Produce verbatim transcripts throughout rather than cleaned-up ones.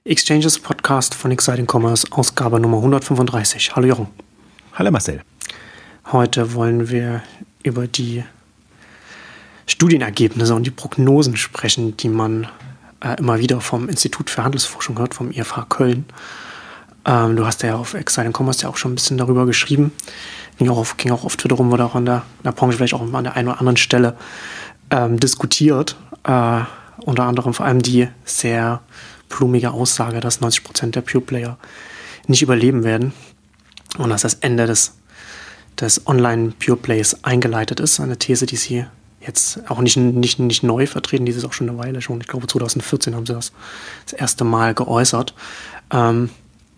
Exchanges Podcast von Exciting Commerce, Ausgabe Nummer hundertfünfunddreißig. Hallo Jochen. Hallo Marcel. Heute wollen wir über die Studienergebnisse und die Prognosen sprechen, die man äh, immer wieder vom Institut für Handelsforschung hört, vom I F H Köln. Ähm, du hast ja auf Exciting Commerce ja auch schon ein bisschen darüber geschrieben. Ging auch auf, ging auch auf Twitter rum, wurde auch an der, in der Branche vielleicht auch an der einen oder anderen Stelle ähm, diskutiert. Äh, unter anderem vor allem die sehr blumige Aussage, dass neunzig Prozent der Pure Player nicht überleben werden und dass das Ende des, des Online-Pure Plays eingeleitet ist. Eine These, die sie jetzt auch nicht, nicht, nicht neu vertreten, die ist auch schon eine Weile schon. Ich glaube, zwanzig vierzehn haben sie das das erste Mal geäußert. Ähm,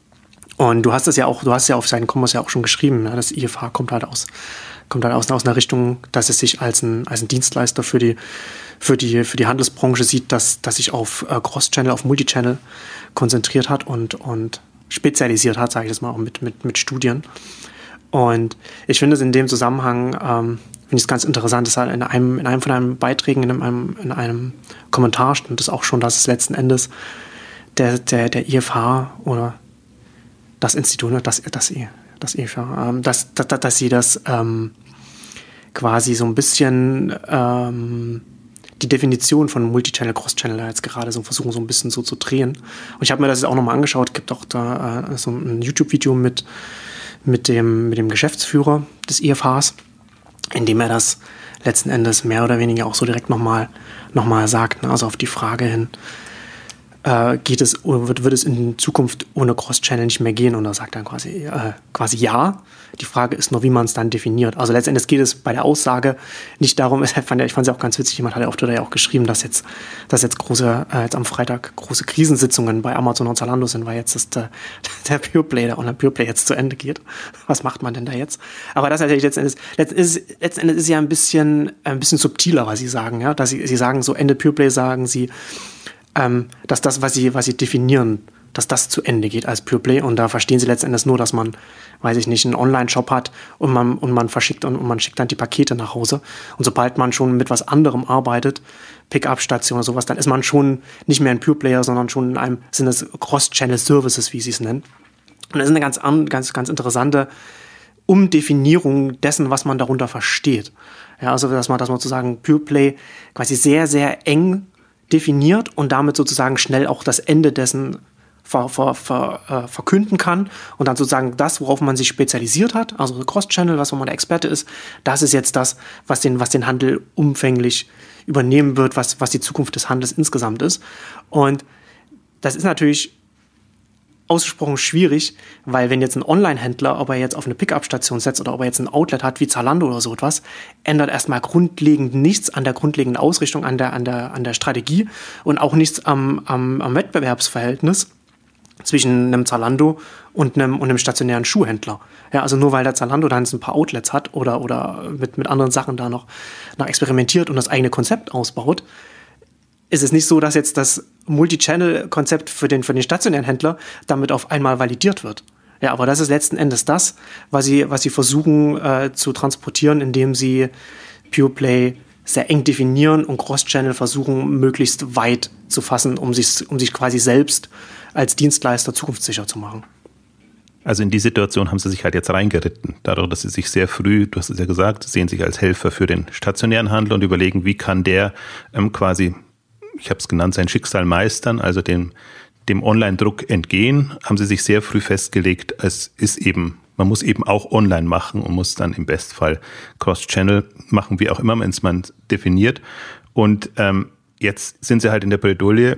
und du hast es ja auch, du hast ja auf seinen Commerce ja auch schon geschrieben, ja, das I F H kommt halt aus, kommt halt aus, aus einer Richtung, dass es sich als ein, als ein Dienstleister für die für die, für die Handelsbranche sieht, dass, dass sich auf äh, Cross-Channel, auf Multichannel konzentriert hat und, und spezialisiert hat, sage ich das mal auch mit, mit, mit Studien. Und ich finde es in dem Zusammenhang, ähm, finde ich es ganz interessant, dass halt in einem, in einem von einem Beiträgen, in einem, in einem Kommentar stand das auch schon, dass es letzten Endes der, der, der I F H oder das Institut, das, das, das I F H, ähm, dass, dass, dass sie das ähm, quasi so ein bisschen ähm, die Definition von Multichannel, Cross-Channel jetzt gerade so versuchen, so ein bisschen so zu drehen. Und ich habe mir das jetzt auch nochmal angeschaut. Es gibt auch da äh, so ein YouTube-Video mit, mit, dem, mit dem Geschäftsführer des I F Hs, in dem er das letzten Endes mehr oder weniger auch so direkt nochmal noch mal sagt. Ne? Also auf die Frage hin, äh, geht es, wird, wird es in Zukunft ohne Cross-Channel nicht mehr gehen? Und da sagt er quasi, äh, quasi ja. Die Frage ist nur, wie man es dann definiert. Also letztendlich geht es bei der Aussage nicht darum, ich fand es auch ganz witzig, jemand hat ja auf Twitter ja auch geschrieben, dass jetzt, dass jetzt große, äh, jetzt am Freitag große Krisensitzungen bei Amazon und Zalando sind, weil jetzt ist der, der Pure Play, der Online-Pure Play jetzt zu Ende geht. Was macht man denn da jetzt? Aber das natürlich letztendlich, letztendlich, letztendlich ist ja ein bisschen, ein bisschen subtiler, was sie sagen, ja, dass sie, sie sagen, so Ende Pure Play sagen sie, ähm, dass das, was sie, was sie definieren, dass das zu Ende geht als Pure Play. Und da verstehen sie letztendlich nur, dass man, weiß ich nicht, einen Online-Shop hat und man, und man verschickt und, und man schickt dann die Pakete nach Hause. Und sobald man schon mit was anderem arbeitet, Pick-up-Station oder sowas, dann ist man schon nicht mehr ein Pure Player, sondern schon in einem, sind es Cross-Channel-Services, wie sie es nennen. Und das ist eine ganz, ganz, ganz interessante Umdefinierung dessen, was man darunter versteht. Ja, also, dass man, dass man sozusagen Pure Play quasi sehr, sehr eng definiert und damit sozusagen schnell auch das Ende dessen Ver, ver, ver, äh, verkünden kann und dann sozusagen das, worauf man sich spezialisiert hat, also Cross-Channel, was wo man der Experte ist, das ist jetzt das, was den, was den Handel umfänglich übernehmen wird, was, was die Zukunft des Handels insgesamt ist. Und das ist natürlich ausgesprochen schwierig, weil wenn jetzt ein Online-Händler, ob er jetzt auf eine Pick-up-Station setzt oder ob er jetzt ein Outlet hat wie Zalando oder so etwas, ändert erstmal grundlegend nichts an der grundlegenden Ausrichtung, an der, an der, an der Strategie und auch nichts am, am, am Wettbewerbsverhältnis zwischen einem Zalando und einem, und einem stationären Schuhhändler. Ja, also nur weil der Zalando dann ein paar Outlets hat oder, oder mit, mit anderen Sachen da noch, noch experimentiert und das eigene Konzept ausbaut, ist es nicht so, dass jetzt das Multi-Channel-Konzept für den, für den stationären Händler damit auf einmal validiert wird. Ja, aber das ist letzten Endes das, was sie, was sie versuchen äh, zu transportieren, indem sie Pure Play sehr eng definieren und Cross-Channel versuchen, möglichst weit zu fassen, um sich, um sich quasi selbst als Dienstleister zukunftssicher zu machen. Also in die Situation haben sie sich halt jetzt reingeritten. Dadurch, dass sie sich sehr früh, du hast es ja gesagt, sehen sich als Helfer für den stationären Handel und überlegen, wie kann der ähm, quasi, ich habe es genannt, sein Schicksal meistern, also dem, dem Online-Druck entgehen, haben sie sich sehr früh festgelegt, es ist eben, man muss eben auch online machen und muss dann im Bestfall Cross-Channel machen, wie auch immer man es man definiert. Und ähm, jetzt sind sie halt in der Bredouille,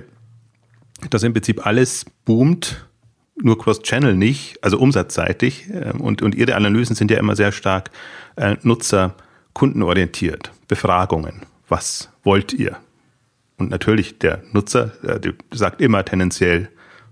dass im Prinzip alles boomt, nur Cross-Channel nicht, also umsatzseitig. Und, und ihre Analysen sind ja immer sehr stark äh, nutzer-kundenorientiert. Befragungen. Was wollt ihr? Und natürlich, der Nutzer der, der sagt immer tendenziell,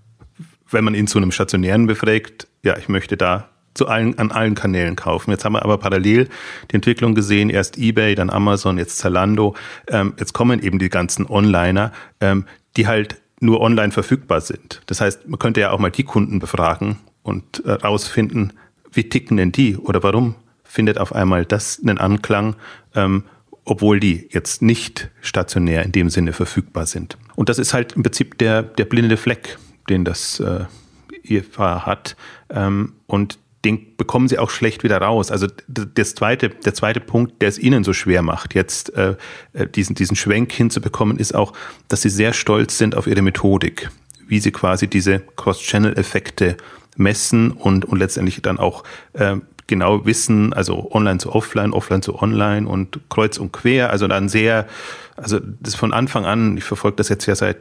wenn man ihn zu einem Stationären befragt, ja, ich möchte da zu allen, an allen Kanälen kaufen. Jetzt haben wir aber parallel die Entwicklung gesehen, erst eBay, dann Amazon, jetzt Zalando. Ähm, jetzt kommen eben die ganzen Onliner, ähm, die halt nur online verfügbar sind. Das heißt, man könnte ja auch mal die Kunden befragen und äh, rausfinden, wie ticken denn die oder warum findet auf einmal das einen Anklang, ähm, obwohl die jetzt nicht stationär in dem Sinne verfügbar sind. Und das ist halt im Prinzip der, der blinde Fleck, den das äh, I F H hat. Ähm, und den bekommen sie auch schlecht wieder raus. Also das zweite, der zweite Punkt, der es ihnen so schwer macht, jetzt äh, diesen, diesen Schwenk hinzubekommen, ist auch, dass sie sehr stolz sind auf ihre Methodik, wie sie quasi diese Cross-Channel-Effekte messen und, und letztendlich dann auch äh, genau wissen, also online zu offline, offline zu online und kreuz und quer, also dann sehr, also das von Anfang an, ich verfolge das jetzt ja seit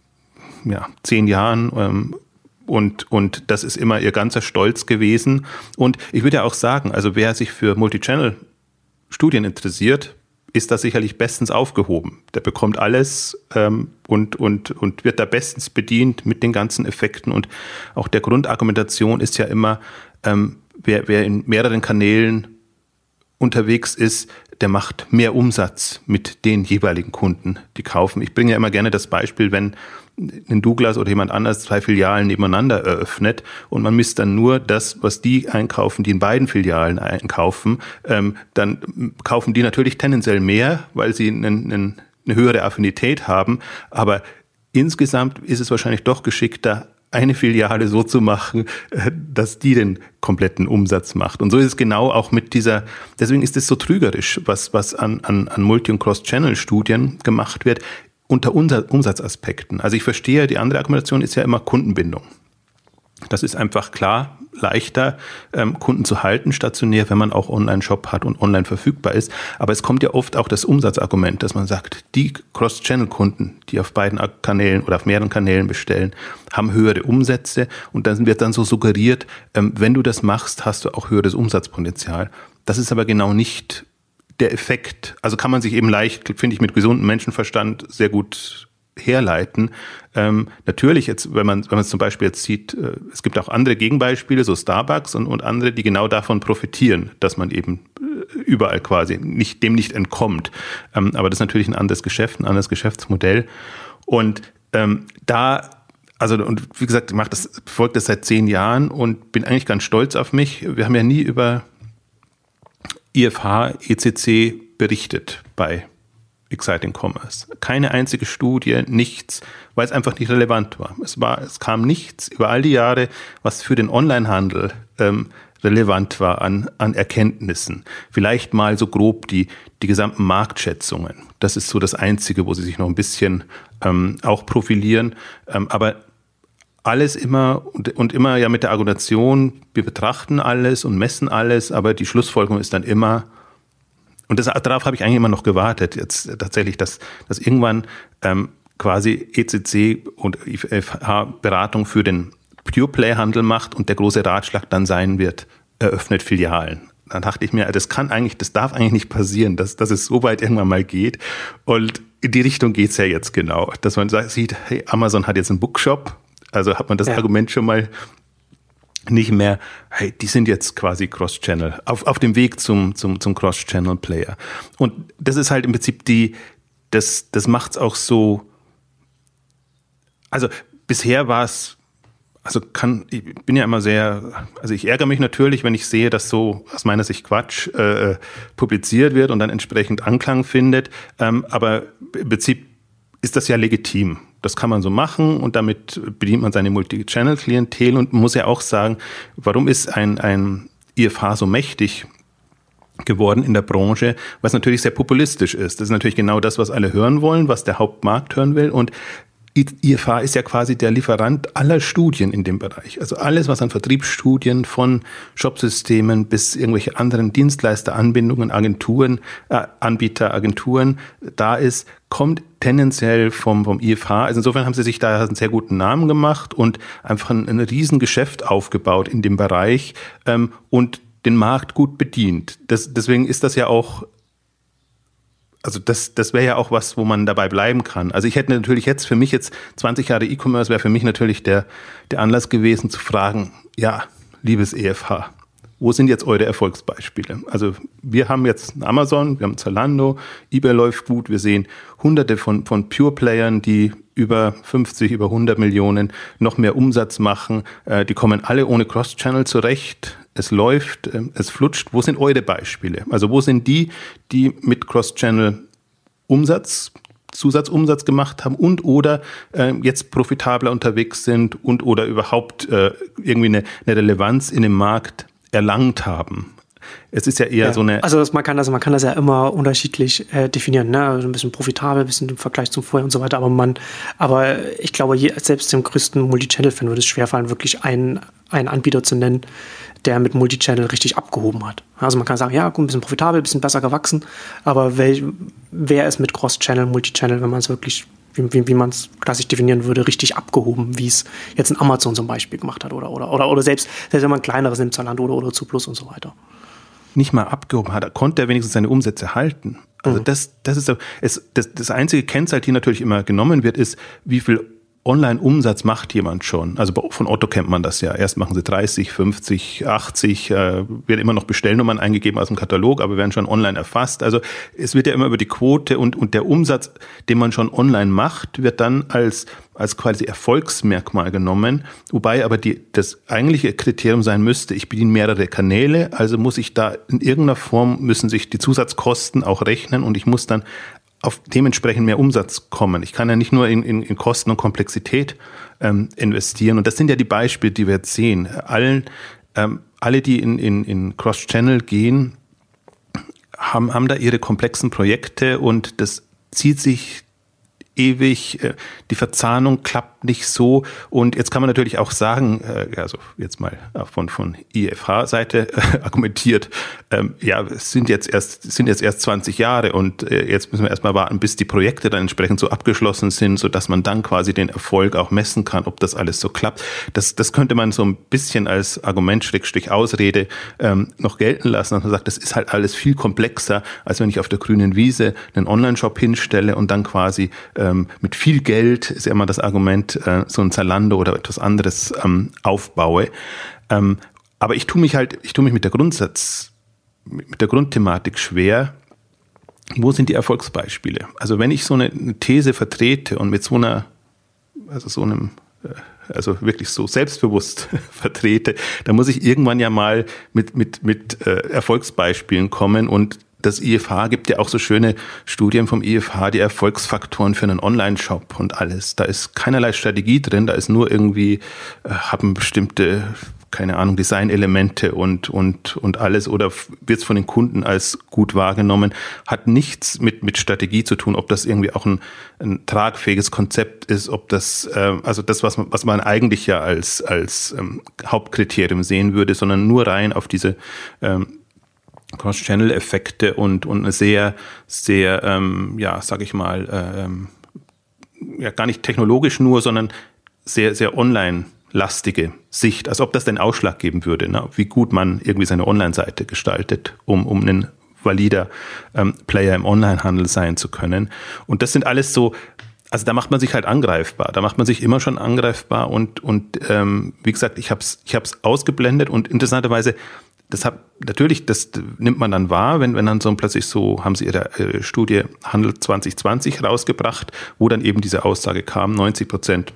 ja, zehn Jahren, ähm, Und, und das ist immer ihr ganzer Stolz gewesen. Und ich würde ja auch sagen, also wer sich für Multichannel-Studien interessiert, ist da sicherlich bestens aufgehoben. Der bekommt alles ähm, und, und, und wird da bestens bedient mit den ganzen Effekten. Und auch der Grundargumentation ist ja immer, ähm, wer, wer in mehreren Kanälen unterwegs ist, der macht mehr Umsatz mit den jeweiligen Kunden, die kaufen. Ich bringe ja immer gerne das Beispiel, wenn ein Douglas oder jemand anders zwei Filialen nebeneinander eröffnet und man misst dann nur das, was die einkaufen, die in beiden Filialen einkaufen, ähm, dann kaufen die natürlich tendenziell mehr, weil sie einen, einen, eine höhere Affinität haben, aber insgesamt ist es wahrscheinlich doch geschickter, eine Filiale so zu machen, dass die den kompletten Umsatz macht. Und so ist es genau auch mit dieser, deswegen ist es so trügerisch, was, was an, an, an Multi- und Cross-Channel-Studien gemacht wird, unter Umsatzaspekten. Also ich verstehe, die andere Argumentation ist ja immer Kundenbindung. Das ist einfach klar leichter, ähm, Kunden zu halten, stationär, wenn man auch Online-Shop hat und online verfügbar ist. Aber es kommt ja oft auch das Umsatzargument, dass man sagt, die Cross-Channel-Kunden, die auf beiden Kanälen oder auf mehreren Kanälen bestellen, haben höhere Umsätze. Und dann wird dann so suggeriert, ähm, wenn du das machst, hast du auch höheres Umsatzpotenzial. Das ist aber genau nicht der Effekt. Also kann man sich eben leicht, finde ich, mit gesundem Menschenverstand sehr gut herleiten. Ähm, natürlich jetzt, wenn man, wenn man es zum Beispiel jetzt sieht, äh, es gibt auch andere Gegenbeispiele, so Starbucks und, und andere, die genau davon profitieren, dass man eben äh, überall quasi nicht, dem nicht entkommt. Ähm, aber das ist natürlich ein anderes Geschäft, ein anderes Geschäftsmodell. Und ähm, da, also, und wie gesagt, ich mache das, verfolge das seit zehn Jahren und bin eigentlich ganz stolz auf mich. Wir haben ja nie über I F H, E C C berichtet bei Exciting Commerce. Keine einzige Studie, nichts, weil es einfach nicht relevant war. Es war, es kam nichts über all die Jahre, was für den Onlinehandel ähm, relevant war an, an Erkenntnissen. Vielleicht mal so grob die, die gesamten Marktschätzungen. Das ist so das Einzige, wo sie sich noch ein bisschen ähm, auch profilieren. Ähm, aber alles immer und, und immer ja mit der Argumentation, wir betrachten alles und messen alles, aber die Schlussfolgerung ist dann immer, und das, darauf habe ich eigentlich immer noch gewartet, jetzt tatsächlich, dass, dass irgendwann ähm, quasi E C C und I F H Beratung für den Pure-Play-Handel macht und der große Ratschlag dann sein wird, eröffnet Filialen. Dann dachte ich mir, das kann eigentlich, das darf eigentlich nicht passieren, dass, dass es so weit irgendwann mal geht. Und in die Richtung geht es ja jetzt genau, dass man sieht, hey, Amazon hat jetzt einen Bookshop, also hat man das ja. Argument schon mal nicht mehr, hey, die sind jetzt quasi Cross-Channel, auf, auf dem Weg zum, zum, zum Cross-Channel-Player. Und das ist halt im Prinzip die, das, das macht's auch so, also bisher war es, also kann, ich bin ja immer sehr, also ich ärgere mich natürlich, wenn ich sehe, dass so aus meiner Sicht Quatsch äh, publiziert wird und dann entsprechend Anklang findet, ähm, aber im Prinzip ist das ja legitim. Das kann man so machen und damit bedient man seine Multi-Channel-Klientel und man muss ja auch sagen, warum ist ein, ein I F H so mächtig geworden in der Branche, was natürlich sehr populistisch ist. Das ist natürlich genau das, was alle hören wollen, was der Hauptmarkt hören will und I F H ist ja quasi der Lieferant aller Studien in dem Bereich. Also alles, was an Vertriebsstudien von Shopsystemen bis irgendwelche anderen Dienstleisteranbindungen, Agenturen, äh, Anbieter, Agenturen da ist, kommt tendenziell vom, vom I F H. Also insofern haben sie sich da einen sehr guten Namen gemacht und einfach ein, ein Riesengeschäft aufgebaut in dem Bereich ähm, und den Markt gut bedient. Das, deswegen ist das ja auch Also das, das wäre ja auch was, wo man dabei bleiben kann. Also ich hätte natürlich jetzt, für mich jetzt zwanzig Jahre E-Commerce wäre für mich natürlich der, der Anlass gewesen zu fragen, ja, liebes E F H, wo sind jetzt eure Erfolgsbeispiele? Also wir haben jetzt Amazon, wir haben Zalando, eBay läuft gut, wir sehen hunderte von, von Pure-Playern, die über fünfzig, über hundert Millionen noch mehr Umsatz machen. Die kommen alle ohne Cross-Channel zurecht. Es läuft, es flutscht. Wo sind eure Beispiele? Also wo sind die, die mit Cross-Channel Umsatz Zusatzumsatz gemacht haben und oder äh, jetzt profitabler unterwegs sind und oder überhaupt äh, irgendwie eine, eine Relevanz in dem Markt erlangt haben. Es ist ja eher ja, so eine... Also das, man, kann das, man kann das ja immer unterschiedlich äh, definieren, ne? Also ein bisschen profitabel, ein bisschen im Vergleich zum Vorher und so weiter. Aber man, aber ich glaube, je, selbst dem größten Multichannel-Fan würde es schwerfallen, wirklich einen, einen Anbieter zu nennen, der mit Multichannel richtig abgehoben hat. Also man kann sagen, ja, gut, ein bisschen profitabel, ein bisschen besser gewachsen, aber wel, wer ist mit Cross-Channel, Multichannel, wenn man es wirklich, wie, wie, wie man es klassisch definieren würde, richtig abgehoben, wie es jetzt ein Amazon zum Beispiel gemacht hat oder, oder, oder, oder selbst, selbst wenn man ein kleineres nimmt, Zalando oder, oder Zuplus und so weiter. Nicht mal abgehoben hat, konnte er wenigstens seine Umsätze halten. Also mhm. das, das ist es, das, das einzige Kennzahl, die natürlich immer genommen wird, ist, wie viel Online-Umsatz macht jemand schon. Also von Otto kennt man das ja. Erst machen sie dreißig, fünfzig, achtzig, äh, werden immer noch Bestellnummern eingegeben aus dem Katalog, aber werden schon online erfasst. Also es wird ja immer über die Quote und, und der Umsatz, den man schon online macht, wird dann als, als quasi Erfolgsmerkmal genommen. Wobei aber die, das eigentliche Kriterium sein müsste, ich bediene mehrere Kanäle, also muss ich da in irgendeiner Form, müssen sich die Zusatzkosten auch rechnen und ich muss dann auf dementsprechend mehr Umsatz kommen. Ich kann ja nicht nur in, in, in Kosten und Komplexität ähm, investieren. Und das sind ja die Beispiele, die wir jetzt sehen. Allen, ähm, alle, die in, in, in Cross-Channel gehen, haben, haben da ihre komplexen Projekte und das zieht sich ewig, die Verzahnung klappt nicht so und jetzt kann man natürlich auch sagen, also jetzt mal von, von I F H-Seite argumentiert, ja, es sind jetzt erst, sind jetzt erst zwanzig Jahre und jetzt müssen wir erstmal warten, bis die Projekte dann entsprechend so abgeschlossen sind, sodass man dann quasi den Erfolg auch messen kann, ob das alles so klappt. Das, das könnte man so ein bisschen als Argument, Schrägstrich Ausrede ähm, noch gelten lassen, dass man sagt, das ist halt alles viel komplexer, als wenn ich auf der grünen Wiese einen Online-Shop hinstelle und dann quasi äh, mit viel Geld, ist ja immer das Argument, so ein Zalando oder etwas anderes ähm, aufbaue. Ähm, aber ich tue mich halt, ich tue mich mit der Grundsatz, mit der Grundthematik schwer. Wo sind die Erfolgsbeispiele? Also wenn ich so eine These vertrete und mit so einer, also so einem, also wirklich so selbstbewusst vertrete, dann muss ich irgendwann ja mal mit, mit, mit äh, Erfolgsbeispielen kommen und das I F H gibt ja auch so schöne Studien vom I F H, die Erfolgsfaktoren für einen Online-Shop und alles. Da ist keinerlei Strategie drin, da ist nur irgendwie, äh, haben bestimmte, keine Ahnung, Designelemente und, und, und alles oder wird es von den Kunden als gut wahrgenommen, hat nichts mit, mit Strategie zu tun, ob das irgendwie auch ein, ein tragfähiges Konzept ist, ob das, äh, also das, was man, was man eigentlich ja als, als ähm, Hauptkriterium sehen würde, sondern nur rein auf diese ähm, Cross-Channel-Effekte und, und eine sehr, sehr, ähm, ja, sag ich mal, ähm, ja, gar nicht technologisch nur, sondern sehr, sehr online-lastige Sicht, als ob das den Ausschlag geben würde, ne? Wie gut man irgendwie seine Online-Seite gestaltet, um, um ein valider ähm, Player im Online-Handel sein zu können. Und das sind alles so, also da macht man sich halt angreifbar, da macht man sich immer schon angreifbar und, und ähm, wie gesagt, ich habe es ich hab's ausgeblendet und interessanterweise Das hat natürlich, das nimmt man dann wahr, wenn, wenn dann so plötzlich so, haben sie ihre, ihre Studie Handel zwanzig zwanzig rausgebracht, wo dann eben diese Aussage kam, neunzig Prozent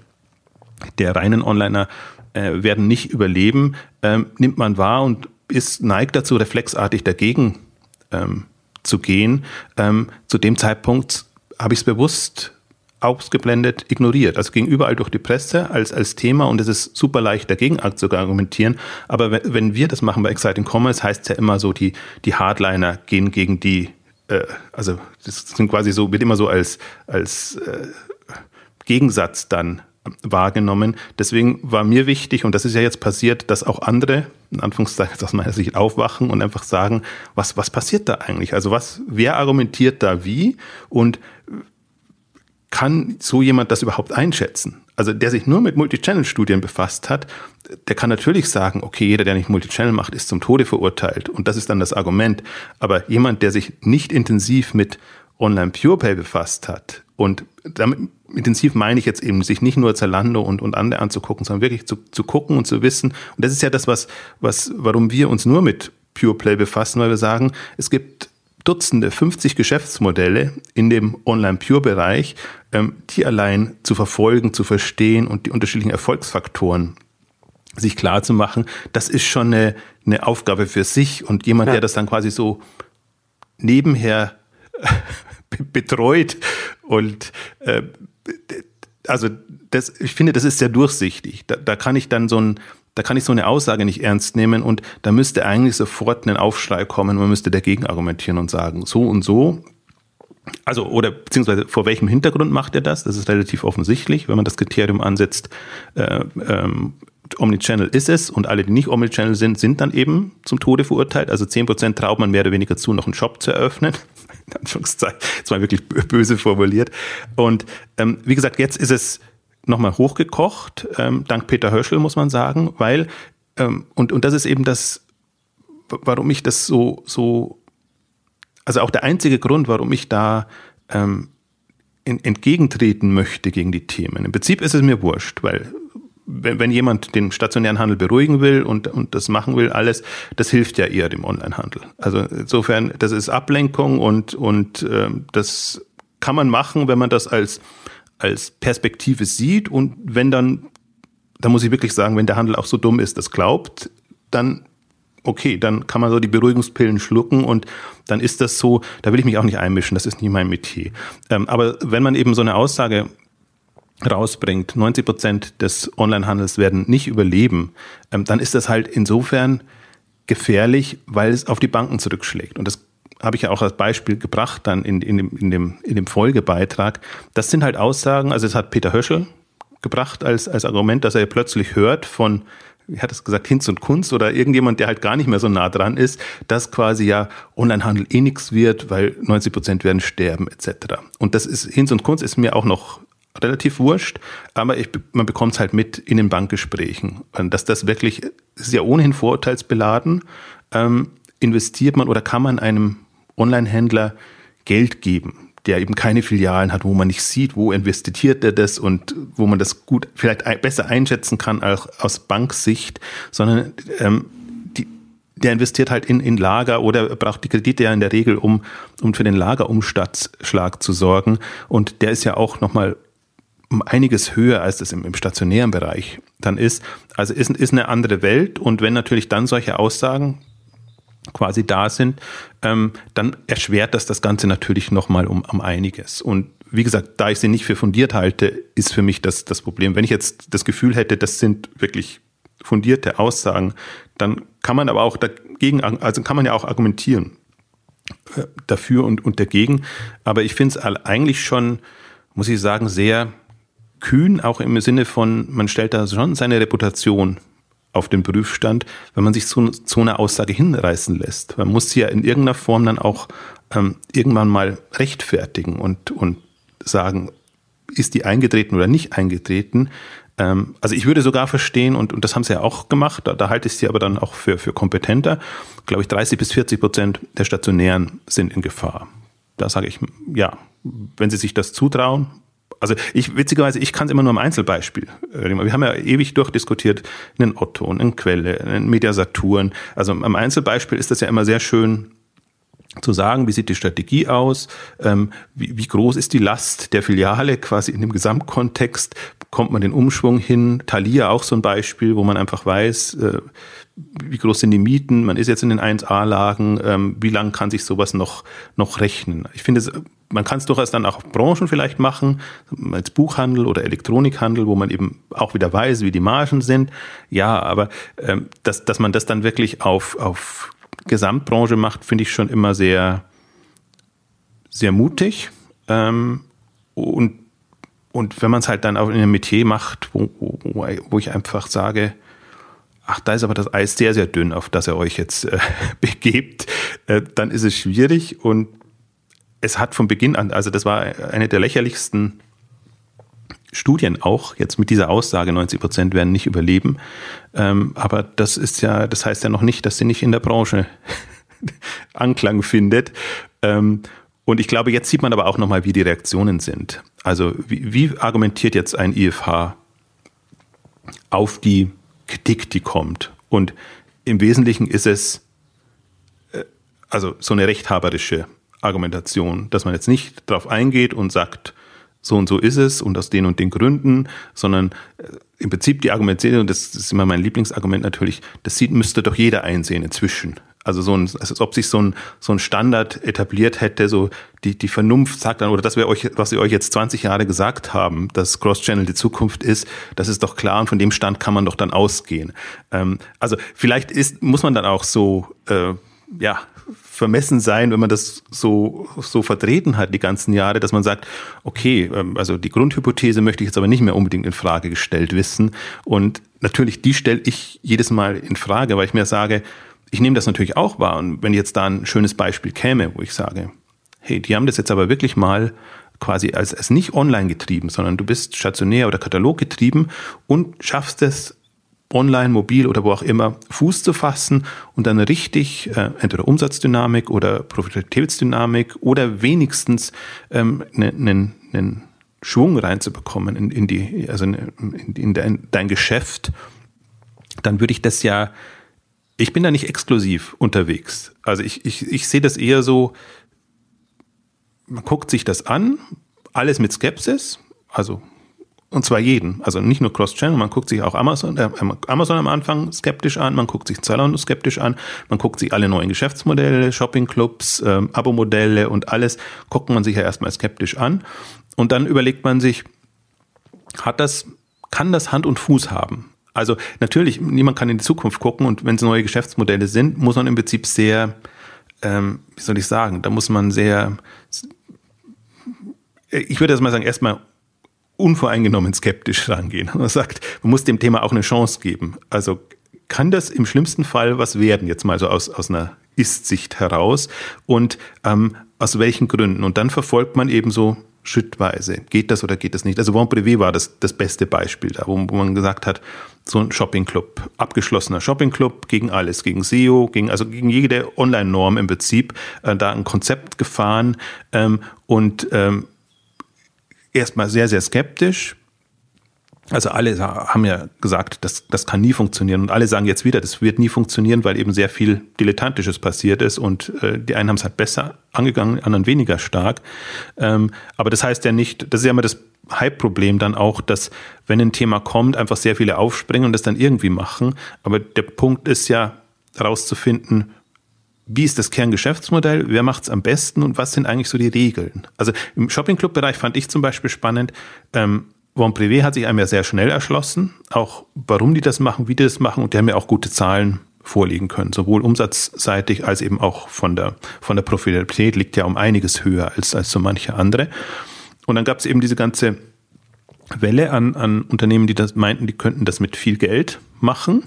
der reinen Onliner äh, werden nicht überleben, ähm, nimmt man wahr und ist, neigt dazu, reflexartig dagegen ähm, zu gehen. Ähm, zu dem Zeitpunkt habe ich es bewusst ausgeblendet, ignoriert. Also ging überall durch die Presse als, als Thema und es ist super leicht dagegen zu argumentieren. Aber wenn, wenn wir das machen bei Exciting Commerce, heißt es ja immer so, die, die Hardliner gehen gegen die, äh, also das sind quasi so, wird immer so als, als äh, Gegensatz dann wahrgenommen. Deswegen war mir wichtig, und das ist ja jetzt passiert, dass auch andere, in Anführungszeichen aus meiner Sicht, aufwachen und einfach sagen, was, was passiert da eigentlich? Also was, wer argumentiert da wie und kann so jemand das überhaupt einschätzen? Also der sich nur mit Multichannel-Studien befasst hat, der kann natürlich sagen, okay, jeder, der nicht Multichannel macht, ist zum Tode verurteilt und das ist dann das Argument. Aber jemand, der sich nicht intensiv mit Online-Pure-Pay befasst hat und damit intensiv meine ich jetzt eben, sich nicht nur Zalando und, und andere anzugucken, sondern wirklich zu, zu gucken und zu wissen. Und das ist ja das, was, was, warum wir uns nur mit Pure-Play befassen, weil wir sagen, es gibt Dutzende, fünfzig Geschäftsmodelle in dem Online-Pure-Bereich, ähm, die allein zu verfolgen, zu verstehen und die unterschiedlichen Erfolgsfaktoren sich klar zu machen, das ist schon eine, eine Aufgabe für sich und jemand, ja. der das dann quasi so nebenher betreut. Und äh, also das, ich finde, das ist sehr durchsichtig. Da, da kann ich dann so ein, da kann ich so eine Aussage nicht ernst nehmen und da müsste eigentlich sofort ein Aufschrei kommen, man müsste dagegen argumentieren und sagen, so und so. Also, oder beziehungsweise vor welchem Hintergrund macht er das? Das ist relativ offensichtlich, wenn man das Kriterium ansetzt, äh, ähm, Omnichannel ist es und alle, die nicht Omnichannel sind, sind dann eben zum Tode verurteilt. Also zehn Prozent traut man mehr oder weniger zu, noch einen Shop zu eröffnen. In Anführungszeichen, das war wirklich böse formuliert. Und ähm, wie gesagt, jetzt ist es nochmal hochgekocht, ähm, dank Peter Höschel, muss man sagen, weil, ähm, und, und das ist eben das, warum ich das so, so, also auch der einzige Grund, warum ich da ähm, in, entgegentreten möchte gegen die Themen. Im Prinzip ist es mir wurscht, weil wenn, wenn jemand den stationären Handel beruhigen will und, und das machen will, alles, das hilft ja eher dem Onlinehandel. Also insofern, das ist Ablenkung und, und ähm, das kann man machen, wenn man das als, als Perspektive sieht und wenn dann, da muss ich wirklich sagen, wenn der Handel auch so dumm ist, das glaubt, dann okay, dann kann man so die Beruhigungspillen schlucken und dann ist das so, da will ich mich auch nicht einmischen, das ist nicht mein Metier. Ähm, aber wenn man eben so eine Aussage rausbringt, neunzig Prozent des Onlinehandels werden nicht überleben, ähm, dann ist das halt insofern gefährlich, weil es auf die Banken zurückschlägt. Und das habe ich ja auch als Beispiel gebracht dann in, in, dem, in, dem, in dem Folgebeitrag. Das sind halt Aussagen, also das hat Peter Höschel gebracht als, als Argument, dass er plötzlich hört von, wie hat es gesagt, Hinz und Kunz oder irgendjemand, der halt gar nicht mehr so nah dran ist, dass quasi ja Onlinehandel eh nichts wird, weil neunzig Prozent werden sterben et cetera. Und das ist, Hinz und Kunz ist mir auch noch relativ wurscht, aber ich, man bekommt es halt mit in den Bankgesprächen. Dass das wirklich, das ist ja ohnehin vorurteilsbeladen, ähm, investiert man oder kann man einem Online-Händler Geld geben, der eben keine Filialen hat, wo man nicht sieht, wo investiert er das und wo man das gut vielleicht besser einschätzen kann als aus Banksicht, sondern ähm, die, der investiert halt in, in Lager oder braucht die Kredite ja in der Regel, um, um für den Lagerumschlag zu sorgen. Und der ist ja auch nochmal um einiges höher, als das im, im stationären Bereich dann ist. Also ist, ist eine andere Welt und wenn natürlich dann solche Aussagen quasi da sind, ähm, dann erschwert das das Ganze natürlich nochmal um, um einiges. Und wie gesagt, da ich sie nicht für fundiert halte, ist für mich das, das Problem. Wenn ich jetzt das Gefühl hätte, das sind wirklich fundierte Aussagen, dann kann man aber auch dagegen, also kann man ja auch argumentieren äh, dafür und, und dagegen. Aber ich finde es eigentlich schon, muss ich sagen, sehr kühn, auch im Sinne von, man stellt da schon seine Reputation auf den Prüfstand, wenn man sich zu, zu einer Aussage hinreißen lässt. Man muss sie ja in irgendeiner Form dann auch ähm, irgendwann mal rechtfertigen und, und sagen, ist die eingetreten oder nicht eingetreten. Ähm, also ich würde sogar verstehen, und, und das haben sie ja auch gemacht, da, da halte ich sie aber dann auch für, für kompetenter, glaube ich, dreißig bis vierzig Prozent der Stationären sind in Gefahr. Da sage ich, ja, wenn sie sich das zutrauen. Also ich, witzigerweise, ich kann es immer nur am Einzelbeispiel. Wir haben ja ewig durchdiskutiert, einen Otto, einen Quelle, einen Mediasaturn. Also am Einzelbeispiel ist das ja immer sehr schön zu sagen, wie sieht die Strategie aus, ähm, wie, wie groß ist die Last der Filiale quasi in dem Gesamtkontext, bekommt man den Umschwung hin. Thalia auch so ein Beispiel, wo man einfach weiß, äh, wie groß sind die Mieten, man ist jetzt in den eins A-Lagen, ähm, wie lang kann sich sowas noch, noch rechnen. Ich finde, man kann es durchaus dann auch auf Branchen vielleicht machen, als Buchhandel oder Elektronikhandel, wo man eben auch wieder weiß, wie die Margen sind. Ja, aber ähm, dass, dass man das dann wirklich auf, auf Gesamtbranche macht, finde ich schon immer sehr, sehr mutig. Ähm, und, und wenn man es halt dann auch in einem Metier macht, wo, wo, wo ich einfach sage, ach, da ist aber das Eis sehr, sehr dünn, auf das ihr euch jetzt äh, begebt, äh, dann ist es schwierig. Und es hat von Beginn an, also das war eine der lächerlichsten Studien auch, jetzt mit dieser Aussage, neunzig Prozent werden nicht überleben. Ähm, aber das ist ja, das heißt ja noch nicht, dass sie nicht in der Branche Anklang findet. Ähm, und ich glaube, jetzt sieht man aber auch nochmal, wie die Reaktionen sind. Also wie, wie argumentiert jetzt ein I F H auf die Kritik, die kommt? Und im Wesentlichen ist es äh, also so eine rechthaberische Argumentation, dass man jetzt nicht darauf eingeht und sagt, so und so ist es und aus den und den Gründen, sondern äh, im Prinzip die Argumentation, das ist immer mein Lieblingsargument natürlich, das sieht, müsste doch jeder einsehen inzwischen, Also so ein, als ob sich so ein, so ein Standard etabliert hätte, so die, die Vernunft sagt dann, oder das wäre euch, was wir euch jetzt zwanzig Jahre gesagt haben, dass Cross-Channel die Zukunft ist, das ist doch klar und von dem Stand kann man doch dann ausgehen. Ähm, also vielleicht ist, muss man dann auch so, äh, ja, vermessen sein, wenn man das so, so vertreten hat die ganzen Jahre, dass man sagt, okay, also die Grundhypothese möchte ich jetzt aber nicht mehr unbedingt in Frage gestellt wissen. Und natürlich, die stelle ich jedes Mal in Frage, weil ich mir sage, ich nehme das natürlich auch wahr. Und wenn jetzt da ein schönes Beispiel käme, wo ich sage, hey, die haben das jetzt aber wirklich mal quasi als, als nicht online getrieben, sondern du bist stationär oder Katalog getrieben und schaffst es, online, mobil oder wo auch immer, Fuß zu fassen und dann richtig äh, entweder Umsatzdynamik oder Profitabilitätsdynamik oder wenigstens ähm, einen, einen Schwung reinzubekommen in, in die, also in, in dein, dein Geschäft, dann würde ich das ja, ich bin da nicht exklusiv unterwegs. Also ich, ich, ich sehe das eher so, man guckt sich das an, alles mit Skepsis, also und zwar jeden, also nicht nur Cross-Channel, man guckt sich auch Amazon, äh, Amazon am Anfang skeptisch an, man guckt sich Zalando skeptisch an, man guckt sich alle neuen Geschäftsmodelle, Shoppingclubs, ähm, Abo-Modelle und alles, guckt man sich ja erstmal skeptisch an und dann überlegt man sich, hat das, kann das Hand und Fuß haben? Also natürlich, niemand kann in die Zukunft gucken und wenn es neue Geschäftsmodelle sind, muss man im Prinzip sehr, ähm, wie soll ich sagen, da muss man sehr, ich würde jetzt mal sagen, erstmal unvoreingenommen skeptisch rangehen. Man sagt, man muss dem Thema auch eine Chance geben. Also kann das im schlimmsten Fall was werden, jetzt mal so aus, aus einer Ist-Sicht heraus und ähm, aus welchen Gründen? Und dann verfolgt man eben so schrittweise. Geht das oder geht das nicht? Also Bon Privé war das, das beste Beispiel da, wo, wo man gesagt hat, so ein Shoppingclub, abgeschlossener Shoppingclub gegen alles, gegen S E O, gegen, also gegen jede Online-Norm im Prinzip, äh, da ein Konzept gefahren ähm, und ähm, erstmal sehr, sehr skeptisch. Also alle haben ja gesagt, das, das kann nie funktionieren. Und alle sagen jetzt wieder, das wird nie funktionieren, weil eben sehr viel Dilettantisches passiert ist. Und äh, die einen haben es halt besser angegangen, die anderen weniger stark. Ähm, aber das heißt ja nicht, das ist ja immer das Hype-Problem dann auch, dass wenn ein Thema kommt, einfach sehr viele aufspringen und das dann irgendwie machen. Aber der Punkt ist ja, herauszufinden, wie ist das Kerngeschäftsmodell, wer macht es am besten und was sind eigentlich so die Regeln? Also im Shopping-Club-Bereich fand ich zum Beispiel spannend, ähm, Bon Privé hat sich einem ja sehr schnell erschlossen, auch warum die das machen, wie die das machen und die haben ja auch gute Zahlen vorlegen können, sowohl umsatzseitig als eben auch von der, von der Profitabilität liegt ja um einiges höher als, als so manche andere. Und dann gab es eben diese ganze Welle an, an Unternehmen, die das meinten, die könnten das mit viel Geld machen.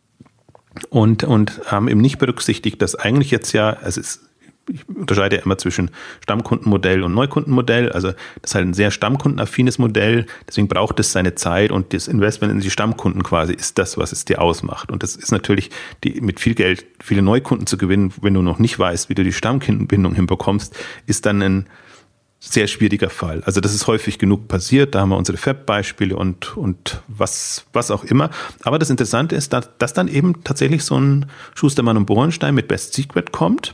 Und, und haben eben nicht berücksichtigt, dass eigentlich jetzt ja, es ist, ich unterscheide ja immer zwischen Stammkundenmodell und Neukundenmodell, also das ist halt ein sehr stammkundenaffines Modell, deswegen braucht es seine Zeit und das Investment in die Stammkunden quasi ist das, was es dir ausmacht. Und das ist natürlich, die, mit viel Geld viele Neukunden zu gewinnen, wenn du noch nicht weißt, wie du die Stammkundenbindung hinbekommst, ist dann ein sehr schwieriger Fall. Also das ist häufig genug passiert, da haben wir unsere F A B-Beispiele und, und was, was auch immer. Aber das Interessante ist, dass, dass dann eben tatsächlich so ein Schustermann und Bornstein mit Best Secret kommt,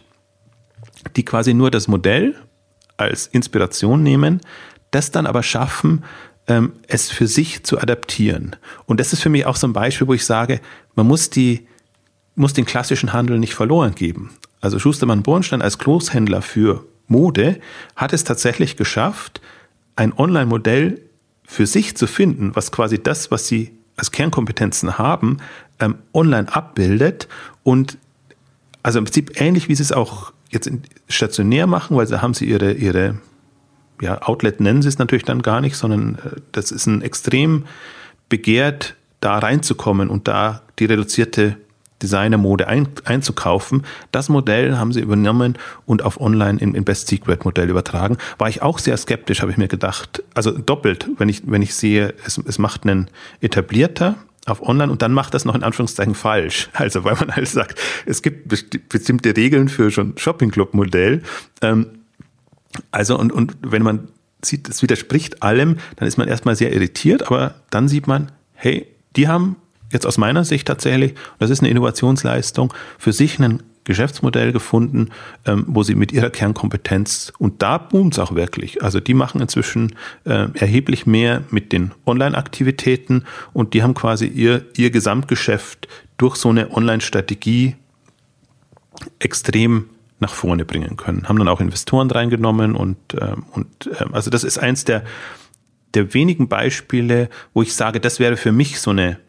die quasi nur das Modell als Inspiration nehmen, das dann aber schaffen, ähm, es für sich zu adaptieren. Und das ist für mich auch so ein Beispiel, wo ich sage, man muss, die, muss den klassischen Handel nicht verloren geben. Also Schustermann und Bornstein als Großhändler für Mode hat es tatsächlich geschafft, ein Online-Modell für sich zu finden, was quasi das, was sie als Kernkompetenzen haben, ähm, online abbildet und also im Prinzip ähnlich, wie sie es auch jetzt stationär machen, weil da haben sie ihre, ihre ja, Outlet nennen sie es natürlich dann gar nicht, sondern äh, das ist ein extrem begehrt, da reinzukommen und da die reduzierte Designermode ein, einzukaufen. Das Modell haben sie übernommen und auf Online in, in Best Secret Modell übertragen. War ich auch sehr skeptisch, habe ich mir gedacht. Also doppelt, wenn ich, wenn ich sehe, es, es macht einen etablierter auf Online und dann macht das noch in Anführungszeichen falsch. Also weil man halt sagt, es gibt besti- bestimmte Regeln für schon Shopping-Club-Modell. Ähm, also und, und wenn man sieht, es widerspricht allem, dann ist man erstmal sehr irritiert, aber dann sieht man, hey, die haben jetzt aus meiner Sicht tatsächlich, das ist eine Innovationsleistung, für sich ein Geschäftsmodell gefunden, ähm, wo sie mit ihrer Kernkompetenz, und da boomt es auch wirklich, also die machen inzwischen äh, erheblich mehr mit den Online-Aktivitäten und die haben quasi ihr, ihr Gesamtgeschäft durch so eine Online-Strategie extrem nach vorne bringen können. Haben dann auch Investoren reingenommen und, ähm, und ähm, also das ist eins der, der wenigen Beispiele, wo ich sage, das wäre für mich so eine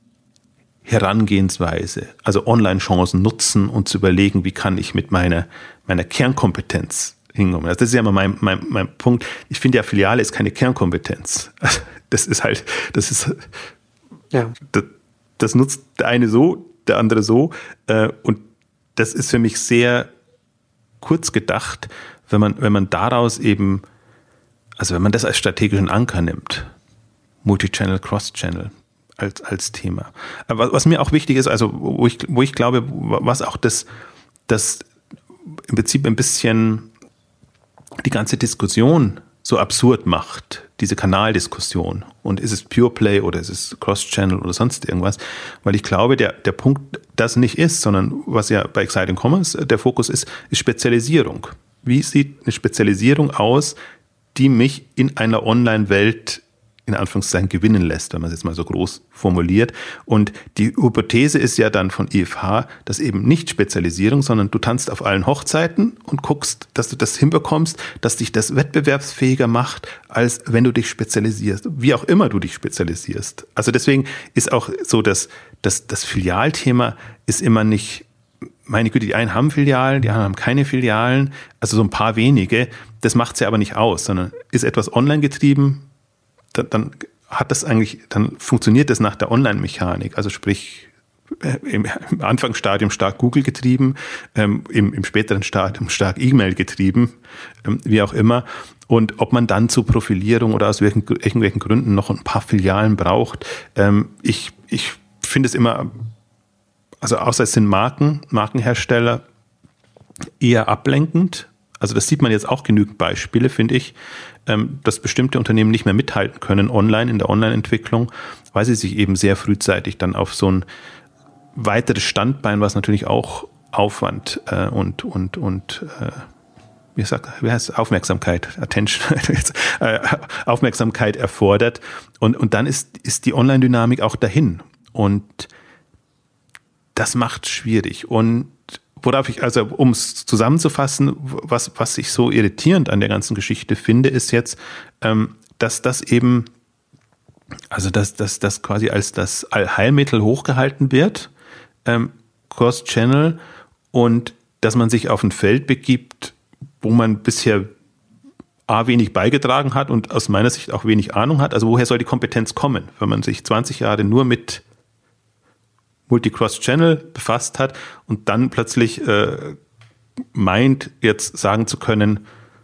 Herangehensweise, also Online-Chancen nutzen und zu überlegen, wie kann ich mit meiner, meiner Kernkompetenz hinkommen. Also das ist ja immer mein, mein, mein Punkt. Ich finde ja, Filiale ist keine Kernkompetenz. Also das ist halt, das ist, ja. das, das nutzt der eine so, der andere so. Äh, und das ist für mich sehr kurz gedacht, wenn man, wenn man daraus eben, also wenn man das als strategischen Anker nimmt, Multichannel, Cross-Channel als, als Thema. Aber was mir auch wichtig ist, also wo ich, wo ich glaube, was auch das, das im Prinzip ein bisschen die ganze Diskussion so absurd macht, diese Kanaldiskussion. Und ist es Pure Play oder ist es Cross-Channel oder sonst irgendwas? Weil ich glaube, der, der Punkt das nicht ist, sondern was ja bei Exciting Commerce der Fokus ist, ist Spezialisierung. Wie sieht eine Spezialisierung aus, die mich in einer Online-Welt in Anführungszeichen gewinnen lässt, wenn man es jetzt mal so groß formuliert. Und die Hypothese ist ja dann von I F H, dass eben nicht Spezialisierung, sondern du tanzt auf allen Hochzeiten und guckst, dass du das hinbekommst, dass dich das wettbewerbsfähiger macht, als wenn du dich spezialisierst. Wie auch immer du dich spezialisierst. Also deswegen ist auch so, dass, dass das Filialthema ist immer nicht, meine Güte, die einen haben Filialen, die anderen haben keine Filialen, also so ein paar wenige. Das macht es ja aber nicht aus, sondern ist etwas online getrieben, dann hat das eigentlich, dann funktioniert das nach der Online-Mechanik, also sprich im Anfangsstadium stark Google getrieben, ähm, im, im späteren Stadium stark E-Mail getrieben, ähm, wie auch immer. Und ob man dann zur Profilierung oder aus welchen, irgendwelchen Gründen noch ein paar Filialen braucht, ähm, ich, ich finde es immer, also außer es sind Marken, Markenhersteller, eher ablenkend. Also das sieht man jetzt auch genügend Beispiele, finde ich, dass bestimmte Unternehmen nicht mehr mithalten können online, in der Online-Entwicklung, weil sie sich eben sehr frühzeitig dann auf so ein weiteres Standbein, was natürlich auch Aufwand äh, und, und, und äh, wie, sagt, wie heißt es? Aufmerksamkeit, Attention, äh, Aufmerksamkeit erfordert. Und, und dann ist, ist die Online-Dynamik auch dahin. Und das macht es schwierig. Und worauf ich, also um es zusammenzufassen, was, was ich so irritierend an der ganzen Geschichte finde, ist jetzt, ähm, dass das eben, also dass das dass quasi als das Allheilmittel hochgehalten wird, ähm, Cross-Channel, und dass man sich auf ein Feld begibt, wo man bisher A, wenig beigetragen hat und aus meiner Sicht auch wenig Ahnung hat. Also woher soll die Kompetenz kommen, wenn man sich zwanzig Jahre nur mit Multi-Cross-Channel befasst hat und dann plötzlich äh, meint, jetzt sagen zu können,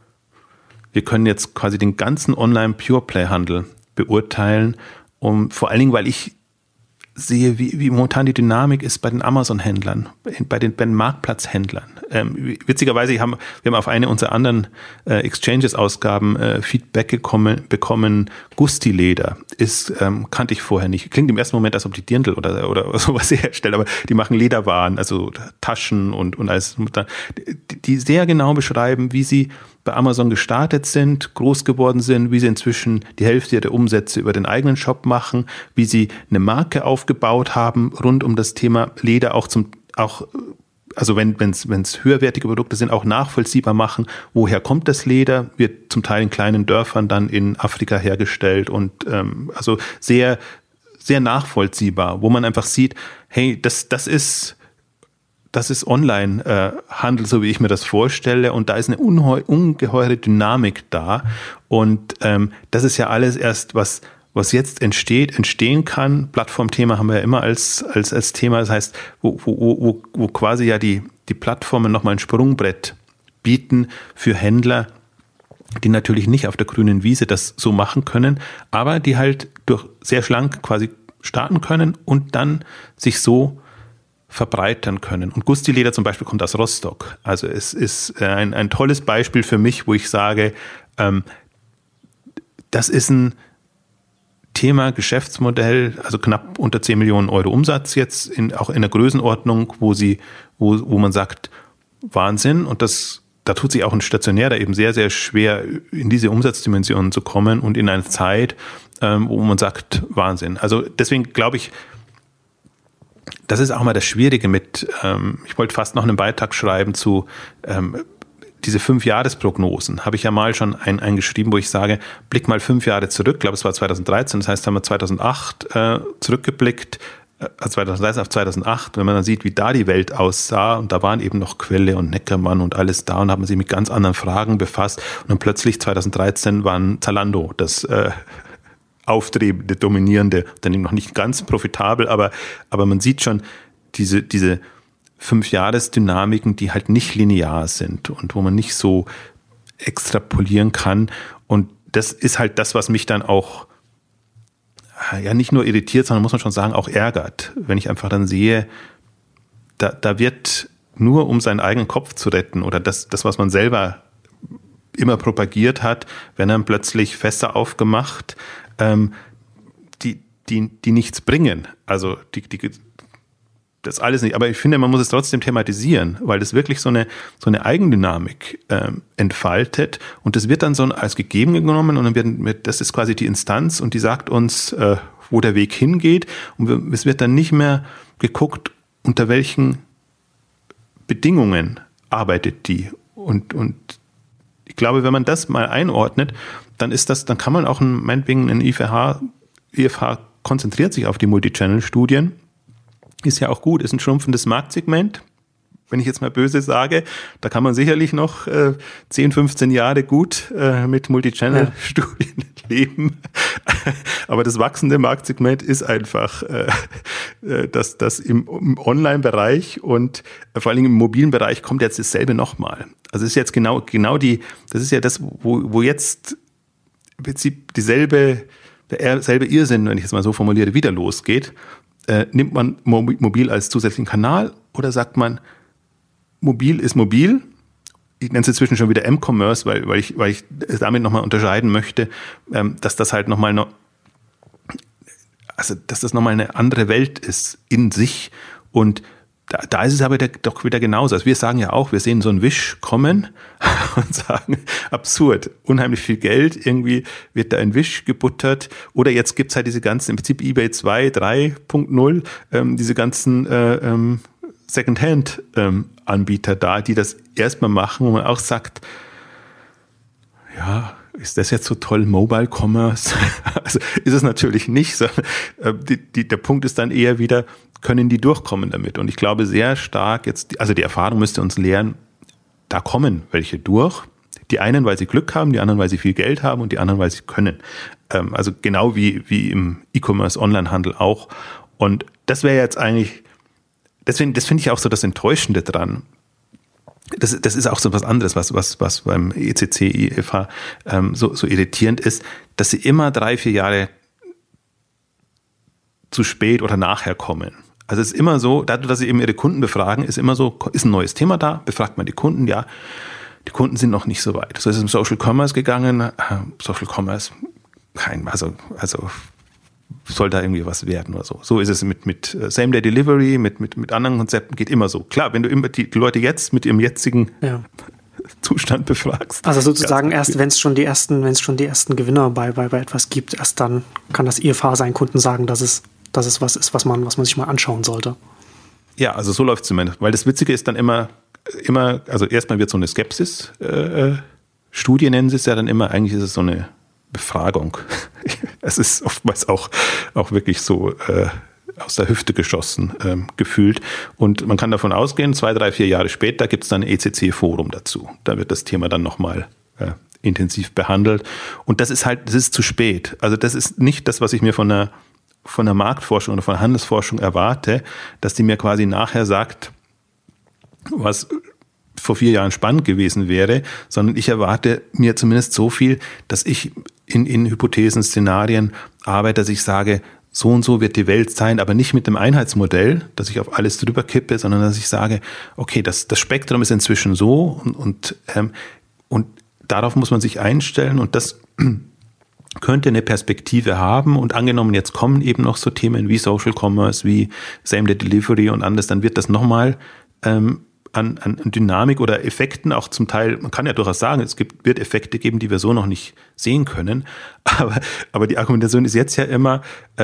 wir können jetzt quasi den ganzen Online-Pure-Play-Handel beurteilen, um, vor allen Dingen, weil ich sehe, wie, wie momentan die Dynamik ist bei den Amazon-Händlern, bei den, bei den Marktplatzhändlern. Ähm, witzigerweise haben wir haben auf eine unserer anderen äh, Exchanges-Ausgaben äh, Feedback gekommen, bekommen, Gusti-Leder ist, ähm, kannte ich vorher nicht. Klingt im ersten Moment, als ob die Dirndl oder, oder sowas herstellen, aber die machen Lederwaren, also Taschen und, und alles, die, die sehr genau beschreiben, wie sie bei Amazon gestartet sind, groß geworden sind, wie sie inzwischen die Hälfte der Umsätze über den eigenen Shop machen, wie sie eine Marke aufgebaut haben rund um das Thema Leder, auch zum, auch, also wenn es wenn es höherwertige Produkte sind, auch nachvollziehbar machen, woher kommt das Leder, wird zum Teil in kleinen Dörfern dann in Afrika hergestellt und ähm, also sehr, sehr nachvollziehbar, wo man einfach sieht, hey, das, das ist Das ist Online-Handel, so wie ich mir das vorstelle. Und da ist eine ungeheure Dynamik da. Und ähm, das ist ja alles erst, was, was jetzt entsteht, entstehen kann. Plattformthema haben wir ja immer als, als, als Thema. Das heißt, wo, wo, wo, wo quasi ja die, die Plattformen nochmal ein Sprungbrett bieten für Händler, die natürlich nicht auf der grünen Wiese das so machen können, aber die halt durch sehr schlank quasi starten können und dann sich so verbreitern können. Und Gusti-Leder zum Beispiel kommt aus Rostock. Also es ist ein, ein tolles Beispiel für mich, wo ich sage, ähm, das ist ein Thema, Geschäftsmodell, also knapp unter zehn Millionen Euro Umsatz jetzt, in, auch in der Größenordnung, wo sie, wo, wo man sagt, Wahnsinn. Und das, da tut sich auch ein Stationärer eben sehr, sehr schwer, in diese Umsatzdimensionen zu kommen und in eine Zeit, ähm, wo man sagt, Wahnsinn. Also deswegen glaube ich, das ist auch mal das Schwierige mit, ähm, ich wollte fast noch einen Beitrag schreiben zu ähm, diese Fünf-Jahres-Prognosen. Habe ich ja mal schon ein, eingeschrieben, wo ich sage, blick mal fünf Jahre zurück, ich glaube es war zweitausenddreizehn, das heißt, haben wir zweitausendacht äh, zurückgeblickt, also zweitausenddreizehn auf zweitausendacht, wenn man dann sieht, wie da die Welt aussah und da waren eben noch Quelle und Neckermann und alles da und hat man sich mit ganz anderen Fragen befasst und dann plötzlich zweitausenddreizehn waren Zalando das äh, aufstrebende, dominierende Unternehmen, noch nicht ganz profitabel, aber, aber man sieht schon diese, diese Fünf-Jahres-Dynamiken, die halt nicht linear sind und wo man nicht so extrapolieren kann und das ist halt das, was mich dann auch ja nicht nur irritiert, sondern muss man schon sagen, auch ärgert, wenn ich einfach dann sehe, da, da wird nur um seinen eigenen Kopf zu retten oder das, das, was man selber immer propagiert hat, wenn dann plötzlich Fässer aufgemacht, ähm, die, die, die nichts bringen. Also die, die, das alles nicht. Aber ich finde, man muss es trotzdem thematisieren, weil das wirklich so eine, so eine Eigendynamik ähm, entfaltet und das wird dann so als gegeben genommen und dann wird, das ist quasi die Instanz und die sagt uns, äh, wo der Weg hingeht und wir, es wird dann nicht mehr geguckt, unter welchen Bedingungen arbeitet die und, und ich glaube, wenn man das mal einordnet, dann ist das, dann kann man auch ein, meinetwegen ein I F H, I F H konzentriert sich auf die Multichannel-Studien. Ist ja auch gut, ist ein schrumpfendes Marktsegment, wenn ich jetzt mal böse sage. Da kann man sicherlich noch äh, zehn, fünfzehn Jahre gut äh, mit Multichannel-Studien ja. leben. Aber das wachsende Marktsegment ist einfach äh, dass das im, im Online-Bereich und äh, vor allen Dingen im mobilen Bereich kommt jetzt dasselbe nochmal. Also es ist jetzt genau, genau die, das ist ja das, wo, wo jetzt im Prinzip dieselbe, derselbe Irrsinn, wenn ich es mal so formuliere, wieder losgeht. Äh, nimmt man mobil als zusätzlichen Kanal oder sagt man, mobil ist mobil? Ich nenne es inzwischen schon wieder M-Commerce, weil, weil, ich, weil ich damit nochmal unterscheiden möchte, ähm, dass das halt nochmal noch, also dass das nochmal eine andere Welt ist in sich und da, da ist es aber der, doch wieder genauso. Also wir sagen ja auch, wir sehen so einen Wish kommen und sagen, absurd, unheimlich viel Geld, irgendwie wird da ein Wish gebuttert. Oder jetzt gibt's halt diese ganzen, im Prinzip eBay zwei, drei Punkt null, ähm, diese ganzen äh, ähm, Secondhand-Anbieter ähm, da, die das erstmal machen, wo man auch sagt, ja, ist das jetzt so toll, Mobile Commerce? Also ist es natürlich nicht, sondern äh, die, die, der Punkt ist dann eher wieder, können die durchkommen damit? Und ich glaube sehr stark jetzt, also die Erfahrung müsste uns lehren, da kommen welche durch. Die einen, weil sie Glück haben, die anderen, weil sie viel Geld haben und die anderen, weil sie können. Ähm, also genau wie, wie im E-Commerce, Onlinehandel auch. Und das wäre jetzt eigentlich, deswegen, das finde ich auch so das Enttäuschende dran. Das, das ist auch so was anderes, was, was, was beim E C C, I F H ähm, so, so irritierend ist, dass sie immer drei, vier Jahre zu spät oder nachher kommen. Also es ist immer so, dadurch, dass sie eben ihre Kunden befragen, ist immer so, ist ein neues Thema da, befragt man die Kunden, ja, die Kunden sind noch nicht so weit. So ist es im Social Commerce gegangen, äh, Social Commerce, kein, also, also soll da irgendwie was werden oder so. So ist es mit, mit Same-Day-Delivery, mit, mit, mit anderen Konzepten, geht immer so. Klar, wenn du immer die Leute jetzt mit ihrem jetzigen ja. Zustand befragst. Also sozusagen erst, wenn es schon die ersten, wenn es schon die ersten Gewinner bei, bei, bei etwas gibt, erst dann kann das I F H seinen Kunden sagen, dass es, dass es was ist, was man, was man sich mal anschauen sollte. Ja, also so läuft es zumindest. Weil das Witzige ist dann immer, immer, also erstmal wird so eine Skepsis, äh, Studie nennen sie es ja dann immer, eigentlich ist es so eine Befragung. Es ist oftmals auch, auch wirklich so äh, aus der Hüfte geschossen ähm, gefühlt. Und man kann davon ausgehen, zwei, drei, vier Jahre später gibt es dann ein E C C-Forum dazu. Da wird das Thema dann nochmal äh, intensiv behandelt. Und das ist halt, das ist zu spät. Also das ist nicht das, was ich mir von der, von der Marktforschung oder von der Handelsforschung erwarte, dass die mir quasi nachher sagt, was vor vier Jahren spannend gewesen wäre, sondern ich erwarte mir zumindest so viel, dass ich in, in Hypothesen, Szenarien arbeite, dass ich sage, so und so wird die Welt sein, aber nicht mit dem Einheitsmodell, dass ich auf alles drüber kippe, sondern dass ich sage, okay, das, das Spektrum ist inzwischen so und, und, ähm, und darauf muss man sich einstellen und das könnte eine Perspektive haben und angenommen, jetzt kommen eben noch so Themen wie Social Commerce, wie Same-Day-Delivery und anderes, dann wird das nochmal ähm, An, an Dynamik oder Effekten auch zum Teil, man kann ja durchaus sagen, es gibt, wird Effekte geben, die wir so noch nicht sehen können, aber, aber die Argumentation ist jetzt ja immer, ähm,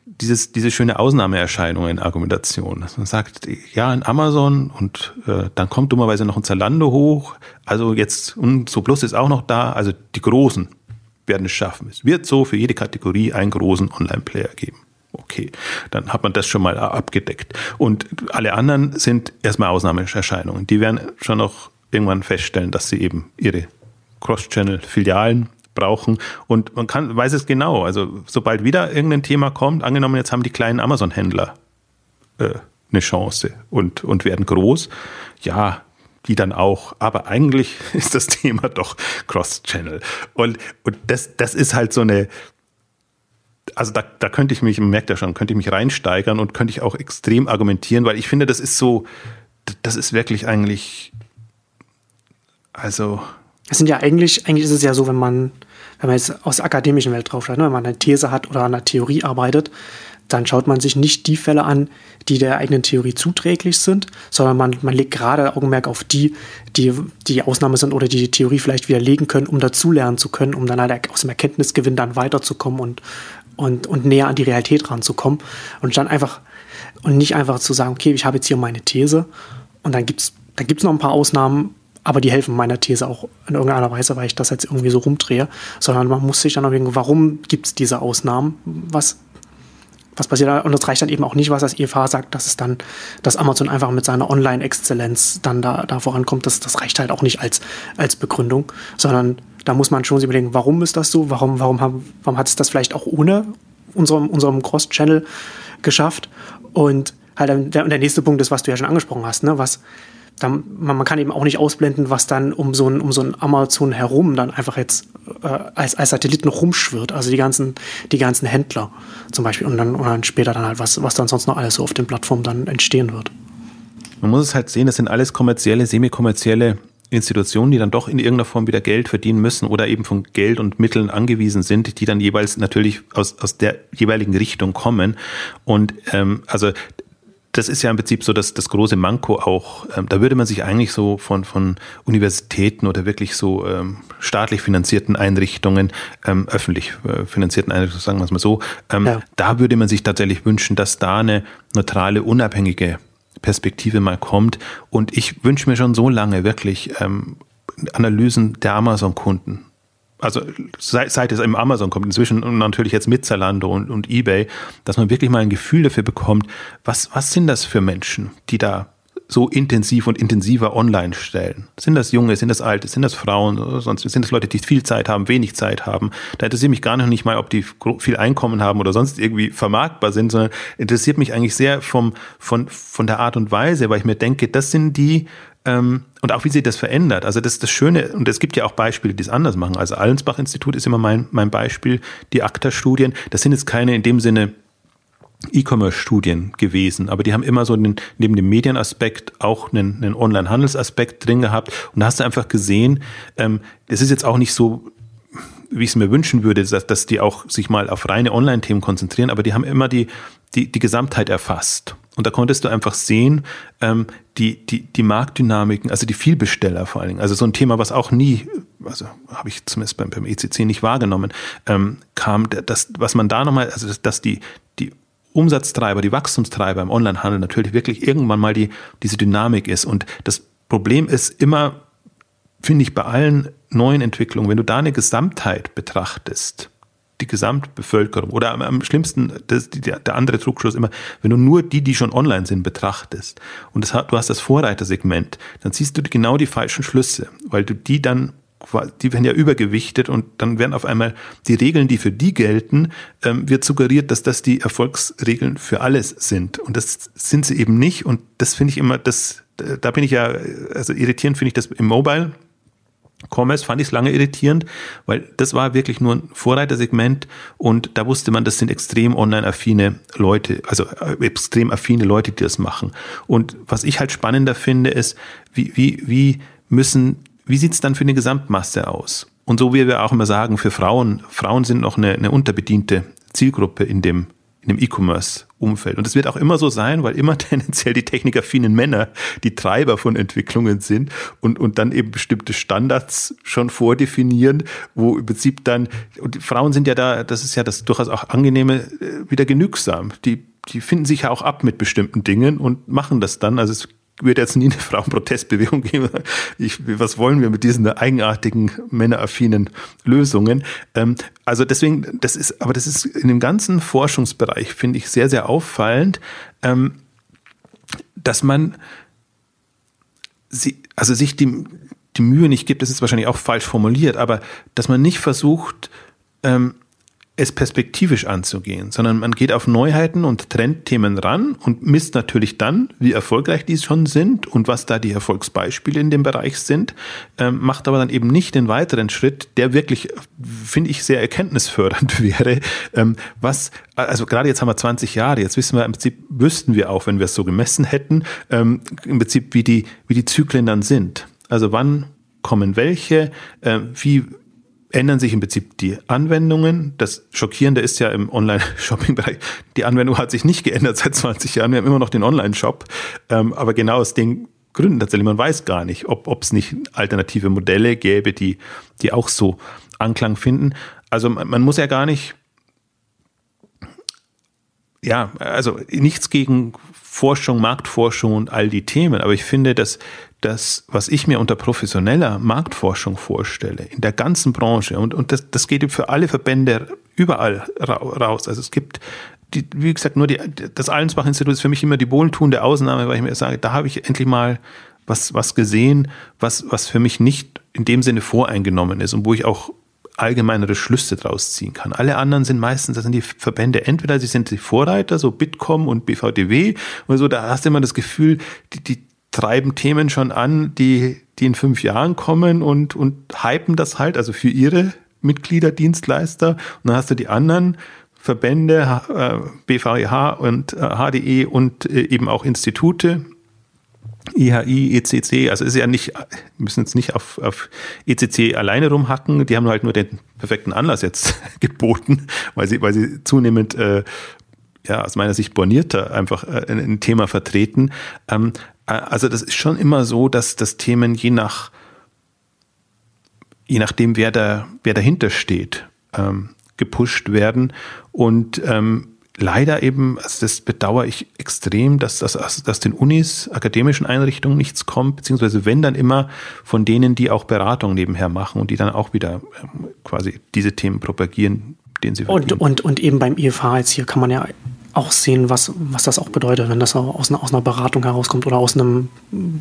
dieses, diese schöne Ausnahmeerscheinung in Argumentation. Dass man sagt, ja, in Amazon und äh, dann kommt dummerweise noch ein Zalando hoch. Also jetzt, und so Plus ist auch noch da. Also die Großen werden es schaffen. Es wird so für jede Kategorie einen großen Online-Player geben. Okay, dann hat man das schon mal abgedeckt. Und alle anderen sind erstmal Ausnahmeerscheinungen. Die werden schon noch irgendwann feststellen, dass sie eben ihre Cross-Channel-Filialen brauchen. Und man kann, weiß es genau. Also sobald wieder irgendein Thema kommt, angenommen, jetzt haben die kleinen Amazon-Händler äh, eine Chance und, und werden groß. Ja, die dann auch. Aber eigentlich ist das Thema doch Cross-Channel. Und, und das, das ist halt so eine, also da, da könnte ich mich, man merkt ja schon, könnte ich mich reinsteigern und könnte ich auch extrem argumentieren, weil ich finde, das ist so, das ist wirklich eigentlich, also. Es sind ja eigentlich, eigentlich ist es ja so, wenn man, wenn man jetzt aus der akademischen Welt drauf schaut, ne, wenn man eine These hat oder an einer Theorie arbeitet, dann schaut man sich nicht die Fälle an, die der eigenen Theorie zuträglich sind, sondern man, man legt gerade Augenmerk auf die, die die Ausnahme sind oder die die Theorie vielleicht widerlegen können, um dazulernen zu können, um dann halt aus dem Erkenntnisgewinn dann weiterzukommen und, und, und näher an die Realität ranzukommen. Und dann einfach, und nicht einfach zu sagen, okay, ich habe jetzt hier meine These und dann gibt's, dann gibt's noch ein paar Ausnahmen, aber die helfen meiner These auch in irgendeiner Weise, weil ich das jetzt irgendwie so rumdrehe, sondern man muss sich dann überlegen, warum gibt's diese Ausnahmen, was Was passiert, und das reicht dann eben auch nicht, was das I F H sagt, dass es dann, dass Amazon einfach mit seiner Online-Exzellenz dann da, da vorankommt. Das, das reicht halt auch nicht als, als Begründung, sondern da muss man schon sich überlegen, warum ist das so? Warum, warum, haben, warum hat es das vielleicht auch ohne unserem, unserem Cross-Channel geschafft? Und halt dann der, der nächste Punkt ist, was du ja schon angesprochen hast, ne? Was, dann, man, man kann eben auch nicht ausblenden, was dann um so ein, um so ein Amazon herum dann einfach jetzt äh, als, als Satelliten rumschwirrt. Also die ganzen, die ganzen Händler zum Beispiel. Und dann, und dann später dann halt, was, was dann sonst noch alles so auf den Plattformen dann entstehen wird. Man muss es halt sehen, das sind alles kommerzielle, semi-kommerzielle Institutionen, die dann doch in irgendeiner Form wieder Geld verdienen müssen oder eben von Geld und Mitteln angewiesen sind, die dann jeweils natürlich aus, aus der jeweiligen Richtung kommen. Und ähm, also das ist ja im Prinzip so das, das große Manko auch. Ähm, da würde man sich eigentlich so von, von Universitäten oder wirklich so ähm, staatlich finanzierten Einrichtungen, ähm, öffentlich äh, finanzierten Einrichtungen, sagen wir es mal so, ähm, ja. da würde man sich tatsächlich wünschen, dass da eine neutrale, unabhängige Perspektive mal kommt. Und ich wünsche mir schon so lange wirklich ähm, Analysen der Amazon-Kunden. Also seit, seit es im Amazon kommt, inzwischen und natürlich jetzt mit Zalando und, und eBay, dass man wirklich mal ein Gefühl dafür bekommt, was, was sind das für Menschen, die da so intensiv und intensiver online stellen? Sind das Junge, sind das Alte, sind das Frauen, oder sonst sind das Leute, die viel Zeit haben, wenig Zeit haben? Da interessiert mich gar noch nicht mal, ob die viel Einkommen haben oder sonst irgendwie vermarktbar sind, sondern interessiert mich eigentlich sehr vom, von, von der Art und Weise, weil ich mir denke, das sind die, ähm, und auch wie sich das verändert. Also das ist das Schöne, und es gibt ja auch Beispiele, die es anders machen. Also Allensbach-Institut ist immer mein, mein Beispiel, die ACTA-Studien, das sind jetzt keine in dem Sinne E-Commerce-Studien gewesen, aber die haben immer so den, neben dem Medienaspekt auch einen, einen Online-Handelsaspekt drin gehabt. Und da hast du einfach gesehen, ähm, es ist jetzt auch nicht so, wie ich es mir wünschen würde, dass, dass die auch sich mal auf reine Online-Themen konzentrieren, aber die haben immer die, die, die Gesamtheit erfasst. Und da konntest du einfach sehen, ähm, die, die, die Marktdynamiken, also die Vielbesteller vor allen Dingen, also so ein Thema, was auch nie, also habe ich zumindest beim, beim E C C nicht wahrgenommen, ähm, kam, das, was man da nochmal, also dass, dass die, die Umsatztreiber, die Wachstumstreiber im Onlinehandel natürlich wirklich irgendwann mal die, diese Dynamik ist. Und das Problem ist immer, finde ich, bei allen neuen Entwicklungen, wenn du da eine Gesamtheit betrachtest, die Gesamtbevölkerung oder am, am schlimmsten, das, der, der andere Trugschluss immer, wenn du nur die, die schon online sind, betrachtest und das, du hast das Vorreitersegment, dann ziehst du genau die falschen Schlüsse, weil du die dann, die werden ja übergewichtet und dann werden auf einmal die Regeln, die für die gelten, ähm, wird suggeriert, dass das die Erfolgsregeln für alles sind und das sind sie eben nicht und das finde ich immer, das, da bin ich ja, also irritierend finde ich das im Mobile Commerce fand ich es lange irritierend, weil das war wirklich nur ein Vorreitersegment und da wusste man, das sind extrem online-affine Leute, also extrem affine Leute, die das machen. Und was ich halt spannender finde, ist, wie, wie, wie müssen, wie sieht es dann für eine Gesamtmasse aus? Und so wie wir auch immer sagen, für Frauen, Frauen sind noch eine, eine unterbediente Zielgruppe in dem in dem E-Commerce-Umfeld. Und es wird auch immer so sein, weil immer tendenziell die technikaffinen Männer die Treiber von Entwicklungen sind und, und dann eben bestimmte Standards schon vordefinieren, wo im Prinzip dann, und die Frauen sind ja da, das ist ja das durchaus auch Angenehme, wieder genügsam. Die, die finden sich ja auch ab mit bestimmten Dingen und machen das dann. Also es wird jetzt nie eine Frauenprotestbewegung geben. Ich, was wollen wir mit diesen eigenartigen, männeraffinen Lösungen? Ähm, also deswegen, das ist, aber das ist in dem ganzen Forschungsbereich, finde ich, sehr, sehr auffallend, ähm, dass man sie, also sich die, die Mühe nicht gibt, das ist wahrscheinlich auch falsch formuliert, aber dass man nicht versucht, ähm, es perspektivisch anzugehen, sondern man geht auf Neuheiten und Trendthemen ran und misst natürlich dann, wie erfolgreich die schon sind und was da die Erfolgsbeispiele in dem Bereich sind, ähm, macht aber dann eben nicht den weiteren Schritt, der wirklich, finde ich, sehr erkenntnisfördernd wäre, ähm, was, also gerade jetzt haben wir zwanzig Jahre, jetzt wissen wir im Prinzip, wüssten wir auch, wenn wir es so gemessen hätten, ähm, im Prinzip, wie die, wie die Zyklen dann sind. Also wann kommen welche, äh, wie ändern sich im Prinzip die Anwendungen. Das Schockierende ist ja im Online-Shopping-Bereich, die Anwendung hat sich nicht geändert seit zwanzig Jahren. Wir haben immer noch den Online-Shop, ähm, aber genau aus den Gründen tatsächlich, man weiß gar nicht, ob ob es nicht alternative Modelle gäbe, die die auch so Anklang finden. Also man, man muss ja gar nicht, ja, also nichts gegen Forschung, Marktforschung und all die Themen, aber ich finde, dass das, was ich mir unter professioneller Marktforschung vorstelle, in der ganzen Branche, und, und das, das geht für alle Verbände überall raus. Also es gibt, die, wie gesagt, nur die, das Allensbach-Institut ist für mich immer die wohltuende Ausnahme, weil ich mir sage, da habe ich endlich mal was, was gesehen, was, was für mich nicht in dem Sinne voreingenommen ist und wo ich auch allgemeinere Schlüsse draus ziehen kann. Alle anderen sind meistens, das sind die Verbände, entweder sie sind die Vorreiter, so Bitkom und B V D W oder so, da hast du immer das Gefühl, die, die treiben Themen schon an, die, die in fünf Jahren kommen und, und hypen das halt, also für ihre Mitglieder, Dienstleister. Und dann hast du die anderen Verbände, äh, B V E H und äh, H D E und äh, eben auch Institute, I H I, E C C, also ist ja nicht, wir müssen jetzt nicht auf, auf E C C alleine rumhacken, die haben halt nur den perfekten Anlass jetzt geboten, weil sie, weil sie zunehmend, äh, ja, aus meiner Sicht bornierter einfach äh, ein, ein Thema vertreten. Ähm, also das ist schon immer so, dass das Themen je nach, je nachdem, wer da, wer dahinter steht, ähm, gepusht werden und ähm, leider eben, also das bedauere ich extrem, dass, dass, dass den Unis, akademischen Einrichtungen nichts kommt, beziehungsweise wenn dann immer von denen, die auch Beratung nebenher machen und die dann auch wieder ähm, quasi diese Themen propagieren, denen sie und, und Und eben beim I F H jetzt hier kann man ja auch sehen, was, was das auch bedeutet, wenn das aus einer, aus einer Beratung herauskommt oder aus einem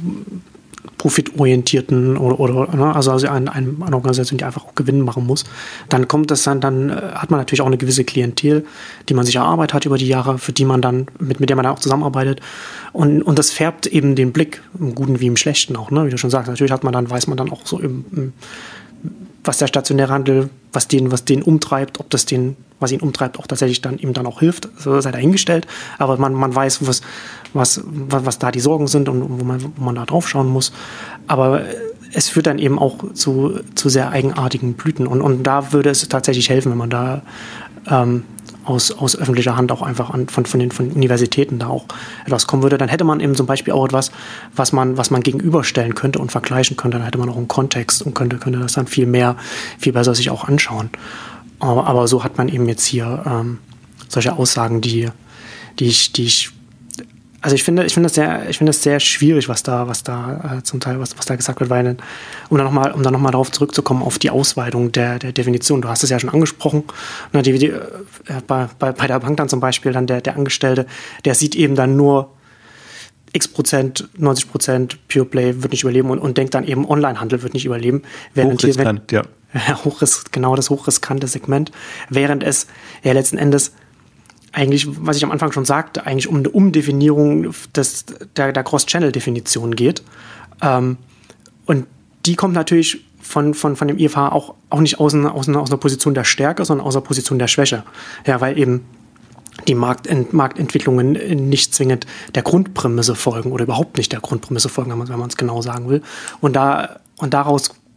profitorientierten oder, oder ne, also eine, eine Organisation, die einfach auch Gewinn machen muss, dann kommt das dann, dann hat man natürlich auch eine gewisse Klientel, die man sich erarbeitet hat über die Jahre, für die man dann, mit, mit der man dann auch zusammenarbeitet. Und, und das färbt eben den Blick, im Guten wie im Schlechten auch, ne? Wie du schon sagst. Natürlich hat man dann, weiß man dann auch so im, im was der stationäre Handel, was den, was den umtreibt, ob das den, was ihn umtreibt, auch tatsächlich dann ihm dann auch hilft, so sei dahingestellt. Aber man, man weiß, was, was, was da die Sorgen sind und wo man, wo man da drauf schauen muss. Aber es führt dann eben auch zu, zu sehr eigenartigen Blüten. Und, und da würde es tatsächlich helfen, wenn man da ähm, aus, aus öffentlicher Hand auch einfach an, von, von den von Universitäten da auch etwas kommen würde. Dann hätte man eben zum Beispiel auch etwas, was man, was man gegenüberstellen könnte und vergleichen könnte. Dann hätte man auch einen Kontext und könnte, könnte das dann viel mehr, viel besser sich auch anschauen. Aber, aber so hat man eben jetzt hier ähm, solche Aussagen, die, die ich, die ich, also ich finde, ich finde das sehr, ich finde das sehr schwierig, was da, was da äh, zum Teil, was, was da gesagt wird, weil, um dann nochmal, um dann noch mal darauf zurückzukommen, auf die Ausweitung der, der Definition. Du hast es ja schon angesprochen. Na, die, die, äh, bei, bei, bei der Bank dann zum Beispiel, dann der, der Angestellte, der sieht eben dann nur x Prozent, neunzig Prozent Pure Play wird nicht überleben und, und denkt dann eben, Onlinehandel wird nicht überleben. Hochriskant, ja. Ja, hochris- genau das hochriskante Segment, während es ja letzten Endes eigentlich, was ich am Anfang schon sagte, eigentlich um eine Umdefinierung des, der, der Cross-Channel-Definition geht. Ähm, und die kommt natürlich von, von, von dem I F H auch, auch nicht aus einer, aus, einer, aus einer Position der Stärke, sondern aus einer Position der Schwäche. Ja, weil eben die Marktent- Marktentwicklungen nicht zwingend der Grundprämisse folgen oder überhaupt nicht der Grundprämisse folgen, wenn man es genau sagen will. Und, da, und daraus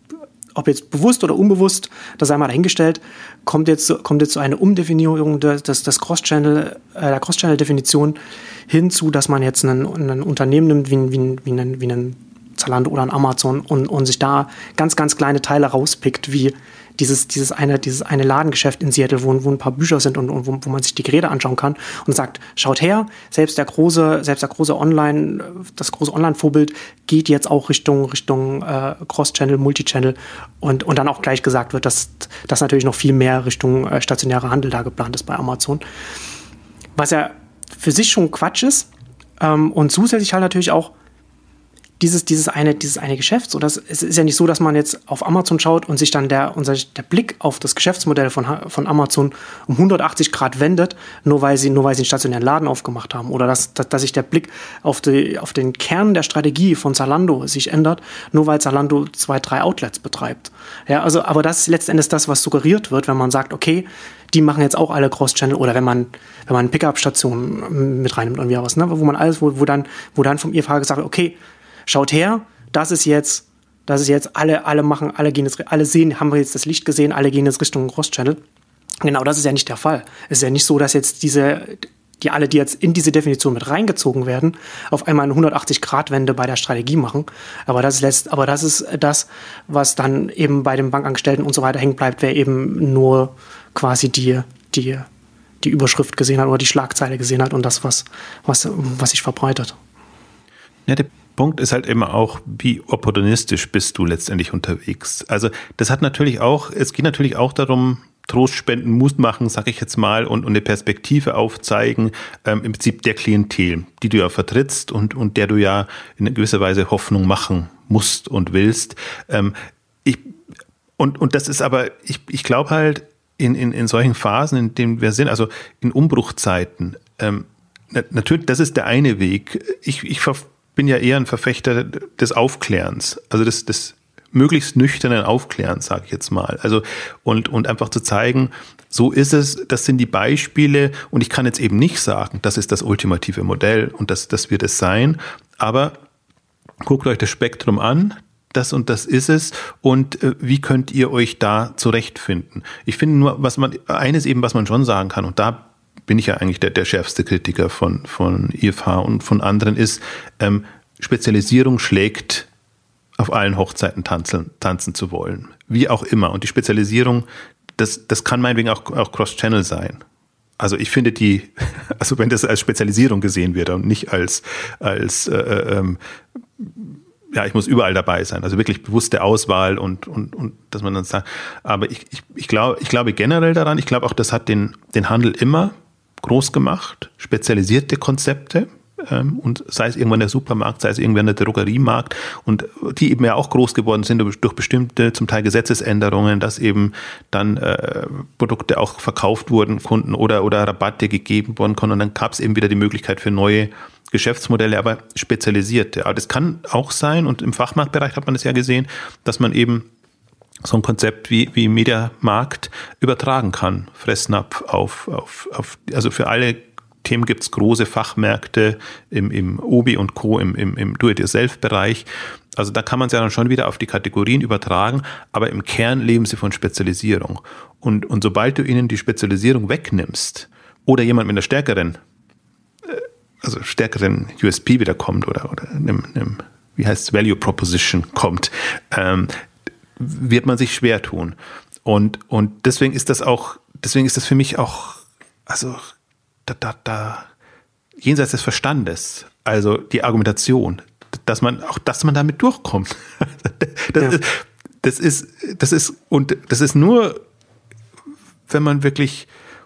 ob jetzt bewusst oder unbewusst, das sei mal dahingestellt, kommt jetzt, kommt jetzt so eine Umdefinierung des, des Cross-Channel, äh, der Cross-Channel-Definition hinzu, dass man jetzt ein, ein Unternehmen nimmt, wie, wie, wie, ein, wie ein Zalando oder ein Amazon und, und sich da ganz, ganz kleine Teile rauspickt, wie dieses, dieses, eine, dieses eine Ladengeschäft in Seattle, wo, wo ein paar Bücher sind und, und wo, wo man sich die Geräte anschauen kann und sagt, schaut her, selbst der große, selbst der große Online, das große Online-Vorbild geht jetzt auch Richtung, Richtung äh, Cross-Channel, Multi-Channel und, und dann auch gleich gesagt wird, dass, dass natürlich noch viel mehr Richtung äh, stationärer Handel da geplant ist bei Amazon. Was ja für sich schon Quatsch ist ähm, und zusätzlich halt natürlich auch Dieses, dieses, eine, dieses eine Geschäft. So, das, es ist ja nicht so, dass man jetzt auf Amazon schaut und sich dann der, unser, der Blick auf das Geschäftsmodell von, von Amazon um hundertachtzig Grad wendet, nur weil sie, nur weil sie einen stationären Laden aufgemacht haben. Oder dass, dass, dass sich der Blick auf, die, auf den Kern der Strategie von Zalando sich ändert, nur weil Zalando zwei, drei Outlets betreibt. Ja, also, aber das ist letzten Endes das, was suggeriert wird, wenn man sagt, okay, die machen jetzt auch alle Cross-Channel oder wenn man, wenn man Pickup-Stationen mit reinnimmt und wie was, ne? Wo man alles, wo, wo dann, wo dann vom I F H gesagt wird, okay, schaut her, das ist jetzt, das ist jetzt, alle, alle machen, alle gehen jetzt, alle sehen, haben wir jetzt das Licht gesehen, alle gehen jetzt Richtung Cross-Channel. Genau, das ist ja nicht der Fall. Es ist ja nicht so, dass jetzt diese, die alle, die jetzt in diese Definition mit reingezogen werden, auf einmal eine hundertachtzig-Grad-Wende bei der Strategie machen. Aber das lässt, aber das ist das, was dann eben bei den Bankangestellten und so weiter hängen bleibt, wer eben nur quasi die, die, die Überschrift gesehen hat oder die Schlagzeile gesehen hat und das, was, was, was sich verbreitet. Ja, der Punkt ist halt immer auch, wie opportunistisch bist du letztendlich unterwegs. Also das hat natürlich auch, es geht natürlich auch darum, Trost spenden, Mut machen, sag ich jetzt mal, und, und eine Perspektive aufzeigen, ähm, im Prinzip der Klientel, die du ja vertrittst und, und der du ja in gewisser Weise Hoffnung machen musst und willst. Ähm, ich, und, und das ist aber, ich, ich glaube halt, in, in, in solchen Phasen, in denen wir sind, also in Umbruchzeiten, ähm, na, natürlich, das ist der eine Weg. Ich, ich ver bin ja eher ein Verfechter des Aufklärens, also des, des möglichst nüchternen Aufklärens, sage ich jetzt mal. Also und, und einfach zu zeigen, so ist es, das sind die Beispiele und ich kann jetzt eben nicht sagen, das ist das ultimative Modell und das, das wird es sein, aber guckt euch das Spektrum an, das und das ist es und äh, wie könnt ihr euch da zurechtfinden? Ich finde nur, was man, eines eben, was man schon sagen kann und da bin ich ja eigentlich der, der schärfste Kritiker von, von I F H und von anderen, ist, ähm, Spezialisierung schlägt auf allen Hochzeiten tanzen, tanzen zu wollen. Wie auch immer. Und die Spezialisierung, das, das kann meinetwegen auch, auch Cross-Channel sein. Also ich finde die, also wenn das als Spezialisierung gesehen wird und nicht als, als äh, ähm, ja, ich muss überall dabei sein. Also wirklich bewusste Auswahl und, und, und dass man dann sagt, aber ich, ich, ich, glaube, ich glaube generell daran, ich glaube auch, das hat den, den Handel immer groß gemacht, spezialisierte Konzepte, ähm, und sei es irgendwann der Supermarkt, sei es irgendwann der Drogeriemarkt und die eben ja auch groß geworden sind durch bestimmte, zum Teil Gesetzesänderungen, dass eben dann äh, Produkte auch verkauft wurden, Kunden oder, oder Rabatte gegeben worden konnten und dann gab es eben wieder die Möglichkeit für neue Geschäftsmodelle, aber spezialisierte. Aber das kann auch sein und im Fachmarktbereich hat man es ja gesehen, dass man eben so ein Konzept wie, wie Mediamarkt übertragen kann. Fressnapf auf, auf, auf, also für alle Themen gibt es große Fachmärkte im, im Obi und Co., im, im, im Do-it-yourself-Bereich. Also da kann man es ja dann schon wieder auf die Kategorien übertragen, aber im Kern leben sie von Spezialisierung. Und, und sobald du ihnen die Spezialisierung wegnimmst oder jemand mit einer stärkeren, also stärkeren U S P wieder kommt oder, oder einem, einem, wie heißt es, Value Proposition kommt, ähm, wird man sich schwer tun. Und, und deswegen ist das auch, deswegen ist das für mich auch, also da, da, da, jenseits des Verstandes, also die Argumentation, dass man auch, dass man damit durchkommt. Das, ja. ist, das ist, das ist, und das ist nur, wenn man wirklich,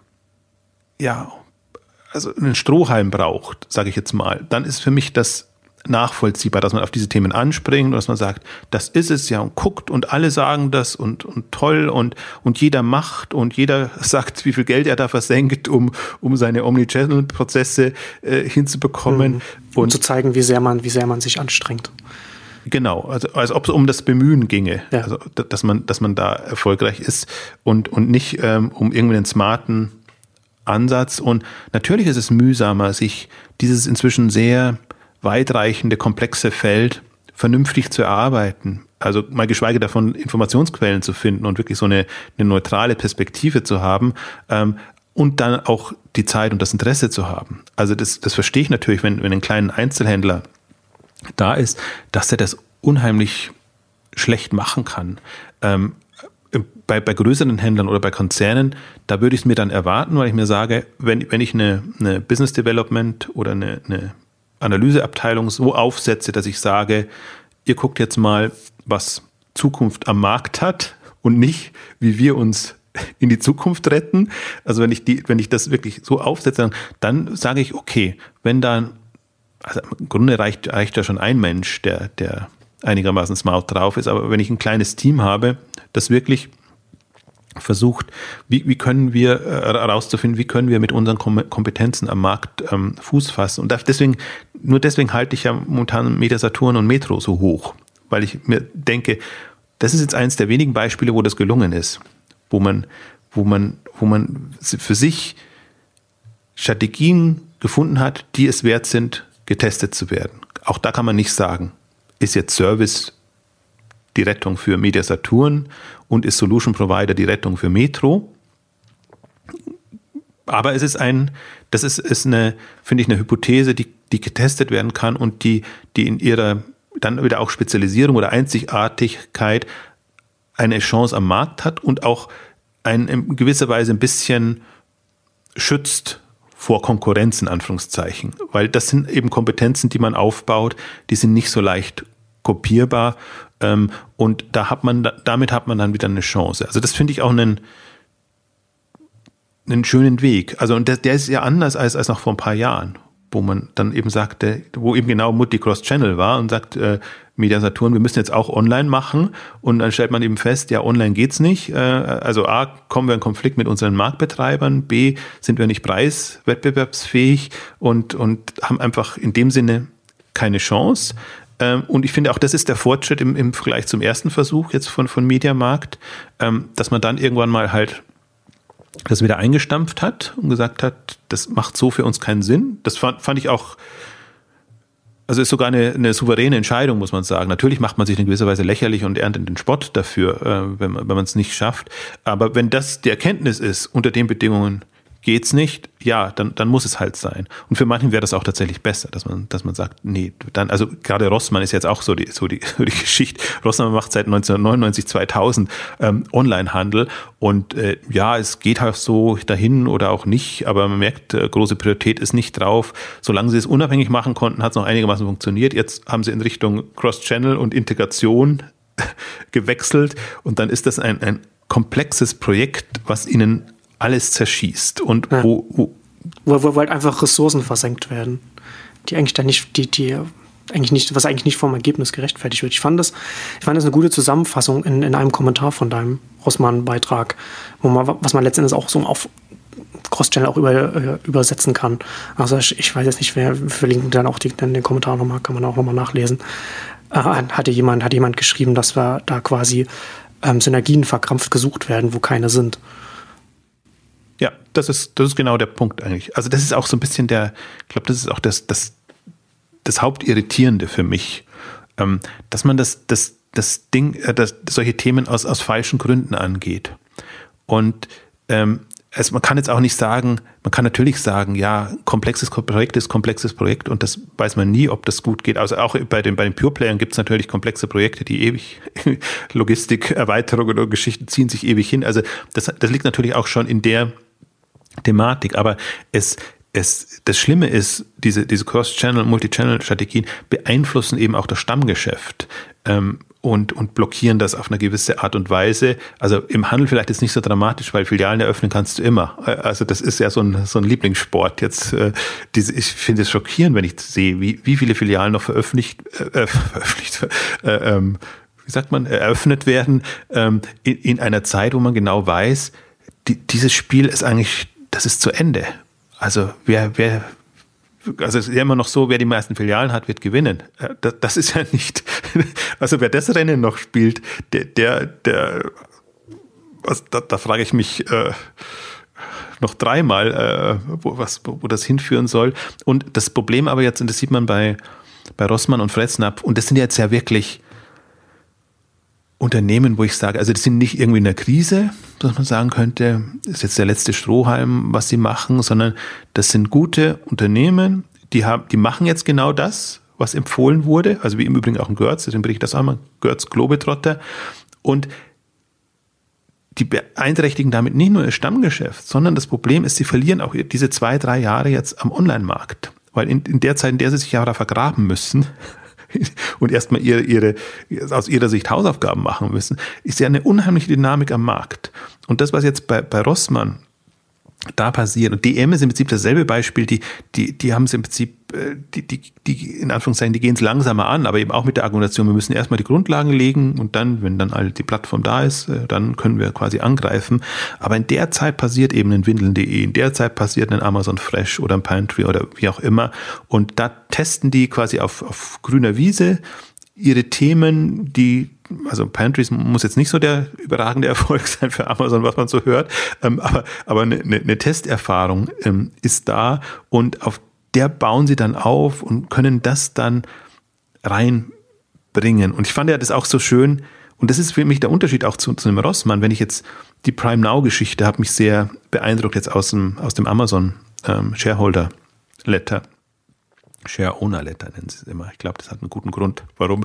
ja, also einen Strohhalm braucht, sage ich jetzt mal, dann ist für mich das nachvollziehbar, dass man auf diese Themen anspringt und dass man sagt, das ist es ja und guckt und alle sagen das und, und toll und, und jeder macht und jeder sagt, wie viel Geld er da versenkt, um, um seine Omnichannel-Prozesse äh, hinzubekommen. Mhm. Und, und zu zeigen, wie sehr man, wie sehr man sich anstrengt. Genau, also als ob es um das Bemühen ginge, ja. Also dass man, dass man da erfolgreich ist und, und nicht ähm, um irgendwie einen smarten Ansatz. Und natürlich ist es mühsamer, sich dieses inzwischen sehr weitreichende, komplexe Feld vernünftig zu erarbeiten. Also mal geschweige davon, Informationsquellen zu finden und wirklich so eine, eine neutrale Perspektive zu haben, ähm, und dann auch die Zeit und das Interesse zu haben. Also das, das verstehe ich natürlich, wenn, wenn ein kleiner Einzelhändler da ist, dass er das unheimlich schlecht machen kann. Ähm, bei, bei größeren Händlern oder bei Konzernen, da würde ich es mir dann erwarten, weil ich mir sage, wenn, wenn ich eine, eine Business Development oder eine, eine Analyseabteilung so aufsetze, dass ich sage, ihr guckt jetzt mal, was Zukunft am Markt hat und nicht, wie wir uns in die Zukunft retten. Also wenn ich die, wenn ich das wirklich so aufsetze, dann sage ich, okay, wenn dann, also im Grunde reicht, reicht ja schon ein Mensch, der, der einigermaßen smart drauf ist, aber wenn ich ein kleines Team habe, das wirklich versucht, wie, wie können wir herauszufinden, wie können wir mit unseren Kompetenzen am Markt ähm, Fuß fassen. Und deswegen, nur deswegen halte ich ja momentan Media-Saturn und Metro so hoch, weil ich mir denke, das ist jetzt eines der wenigen Beispiele, wo das gelungen ist, wo man, wo man, wo man für sich Strategien gefunden hat, die es wert sind, getestet zu werden. Auch da kann man nicht sagen, ist jetzt Service die Rettung für Media Saturn und ist Solution Provider die Rettung für Metro. Aber es ist ein, das ist, ist eine, finde ich, eine Hypothese, die, die getestet werden kann und die, die in ihrer dann wieder auch Spezialisierung oder Einzigartigkeit eine Chance am Markt hat und auch ein, in gewisser Weise ein bisschen schützt vor Konkurrenz in Anführungszeichen. Weil das sind eben Kompetenzen, die man aufbaut, die sind nicht so leicht kopierbar, ähm, und da hat man, damit hat man dann wieder eine Chance. Also das finde ich auch einen, einen schönen Weg. Also und der, der ist ja anders als, als noch vor ein paar Jahren, wo man dann eben sagte, wo eben genau Mutti Cross-Channel war und sagt, äh, Media Saturn, wir müssen jetzt auch online machen, und dann stellt man eben fest, ja, online geht's nicht. Äh, also A, kommen wir in Konflikt mit unseren Marktbetreibern, B, sind wir nicht preiswettbewerbsfähig und, und haben einfach in dem Sinne keine Chance. Ähm, und ich finde auch, das ist der Fortschritt im, im Vergleich zum ersten Versuch jetzt von, von Mediamarkt, ähm, dass man dann irgendwann mal halt das wieder eingestampft hat und gesagt hat, das macht so für uns keinen Sinn. Das fand, fand ich auch, also ist sogar eine, eine souveräne Entscheidung, muss man sagen. Natürlich macht man sich in gewisser Weise lächerlich und erntet den Spott dafür, äh, wenn man, wenn man es nicht schafft. Aber wenn das die Erkenntnis ist, unter den Bedingungen geht's nicht, ja, dann, dann muss es halt sein. Und für manchen wäre das auch tatsächlich besser, dass man, dass man sagt, nee, dann, also gerade Rossmann ist jetzt auch so die, so die, so die Geschichte. Rossmann macht seit neunzehnhundertneunundneunzig, zweitausend ähm, Onlinehandel und äh, ja, es geht halt so dahin oder auch nicht, aber man merkt, äh, große Priorität ist nicht drauf. Solange sie es unabhängig machen konnten, hat es noch einigermaßen funktioniert. Jetzt haben sie in Richtung Cross-Channel und Integration gewechselt und dann ist das ein, ein komplexes Projekt, was ihnen alles zerschießt und ja. wo, wo, wo, wo halt einfach Ressourcen versenkt werden, die eigentlich dann nicht, die, die eigentlich nicht, was eigentlich nicht vom Ergebnis gerechtfertigt wird. Ich fand das, ich fand das eine gute Zusammenfassung in, in einem Kommentar von deinem Rossmann-Beitrag, wo man, was man letztendlich auch so auf Cross-Channel auch über, übersetzen kann. Also ich, ich weiß jetzt nicht, wer verlinkt dann auch die, dann den Kommentar nochmal, kann man auch nochmal nachlesen. Äh, hatte jemand, hat jemand geschrieben, dass wir da quasi ähm, Synergien verkrampft gesucht werden, wo keine sind. Ja, das ist, das ist genau der Punkt eigentlich. Also das ist auch so ein bisschen der, ich glaube, das ist auch das, das, das Hauptirritierende für mich, ähm, dass man das, das, das Ding, äh, das, solche Themen aus, aus falschen Gründen angeht. Und ähm, also man kann jetzt auch nicht sagen, man kann natürlich sagen, ja, komplexes Projekt ist komplexes Projekt und das weiß man nie, ob das gut geht. Also auch bei den, bei den Pure-Playern gibt es natürlich komplexe Projekte, die ewig, Logistik, Erweiterung oder Geschichten ziehen sich ewig hin. Also das, das liegt natürlich auch schon in der Thematik, aber es, es, das Schlimme ist, diese, diese Cross-Channel- und Multi-Channel-Strategien beeinflussen eben auch das Stammgeschäft ähm, und, und blockieren das auf eine gewisse Art und Weise. Also im Handel vielleicht ist es nicht so dramatisch, weil Filialen eröffnen kannst du immer. Also das ist ja so ein, so ein Lieblingssport. Jetzt, äh, diese, ich finde es schockierend, wenn ich sehe, wie, wie viele Filialen noch veröffentlicht, äh, veröffentlicht äh, ähm, wie sagt man, eröffnet werden ähm, in, in einer Zeit, wo man genau weiß, die, dieses Spiel ist eigentlich, das ist zu Ende. Also wer, wer, also es ist ja immer noch so, wer die meisten Filialen hat, wird gewinnen. Das, das ist ja nicht, also wer das Rennen noch spielt, der, der, der was, da, da frage ich mich äh, noch dreimal, äh, wo, was, wo, wo das hinführen soll. Und das Problem aber jetzt, und das sieht man bei, bei Rossmann und Fressnapf, und das sind jetzt ja wirklich Unternehmen, wo ich sage, also das sind nicht irgendwie in der Krise, dass man sagen könnte, ist jetzt der letzte Strohhalm, was sie machen, sondern das sind gute Unternehmen, die haben, die machen jetzt genau das, was empfohlen wurde, also wie im Übrigen auch ein Görz, deswegen bringe ich das einmal, Görz Globetrotter, und die beeinträchtigen damit nicht nur ihr Stammgeschäft, sondern das Problem ist, sie verlieren auch diese zwei, drei Jahre jetzt am Online-Markt, weil in, in der Zeit, in der sie sich ja da vergraben müssen, und erstmal ihre, ihre, aus ihrer Sicht Hausaufgaben machen müssen, ist ja eine unheimliche Dynamik am Markt. Und das, was jetzt bei, bei Rossmann da passiert, und D M ist im Prinzip dasselbe Beispiel, die, die, die haben es im Prinzip, die, die, die, in Anführungszeichen, die gehen es langsamer an, aber eben auch mit der Argumentation, wir müssen erstmal die Grundlagen legen und dann, wenn dann all die Plattform da ist, dann können wir quasi angreifen. Aber in der Zeit passiert eben ein Windeln punkt de, in der Zeit passiert ein Amazon Fresh oder ein Pantry oder wie auch immer, und da testen die quasi auf, auf grüner Wiese ihre Themen, die, also Pantries muss jetzt nicht so der überragende Erfolg sein für Amazon, was man so hört, ähm, aber, aber eine, eine Testerfahrung ähm, ist da, und auf der bauen sie dann auf und können das dann reinbringen. Und ich fand ja das auch so schön, und das ist für mich der Unterschied auch zu, zu einem Rossmann, wenn ich jetzt die Prime Now-Geschichte hat mich sehr beeindruckt jetzt aus dem, aus dem Amazon ähm, Shareholder Letter. Share Owner Letter nennen sie es immer. Ich glaube, das hat einen guten Grund, warum.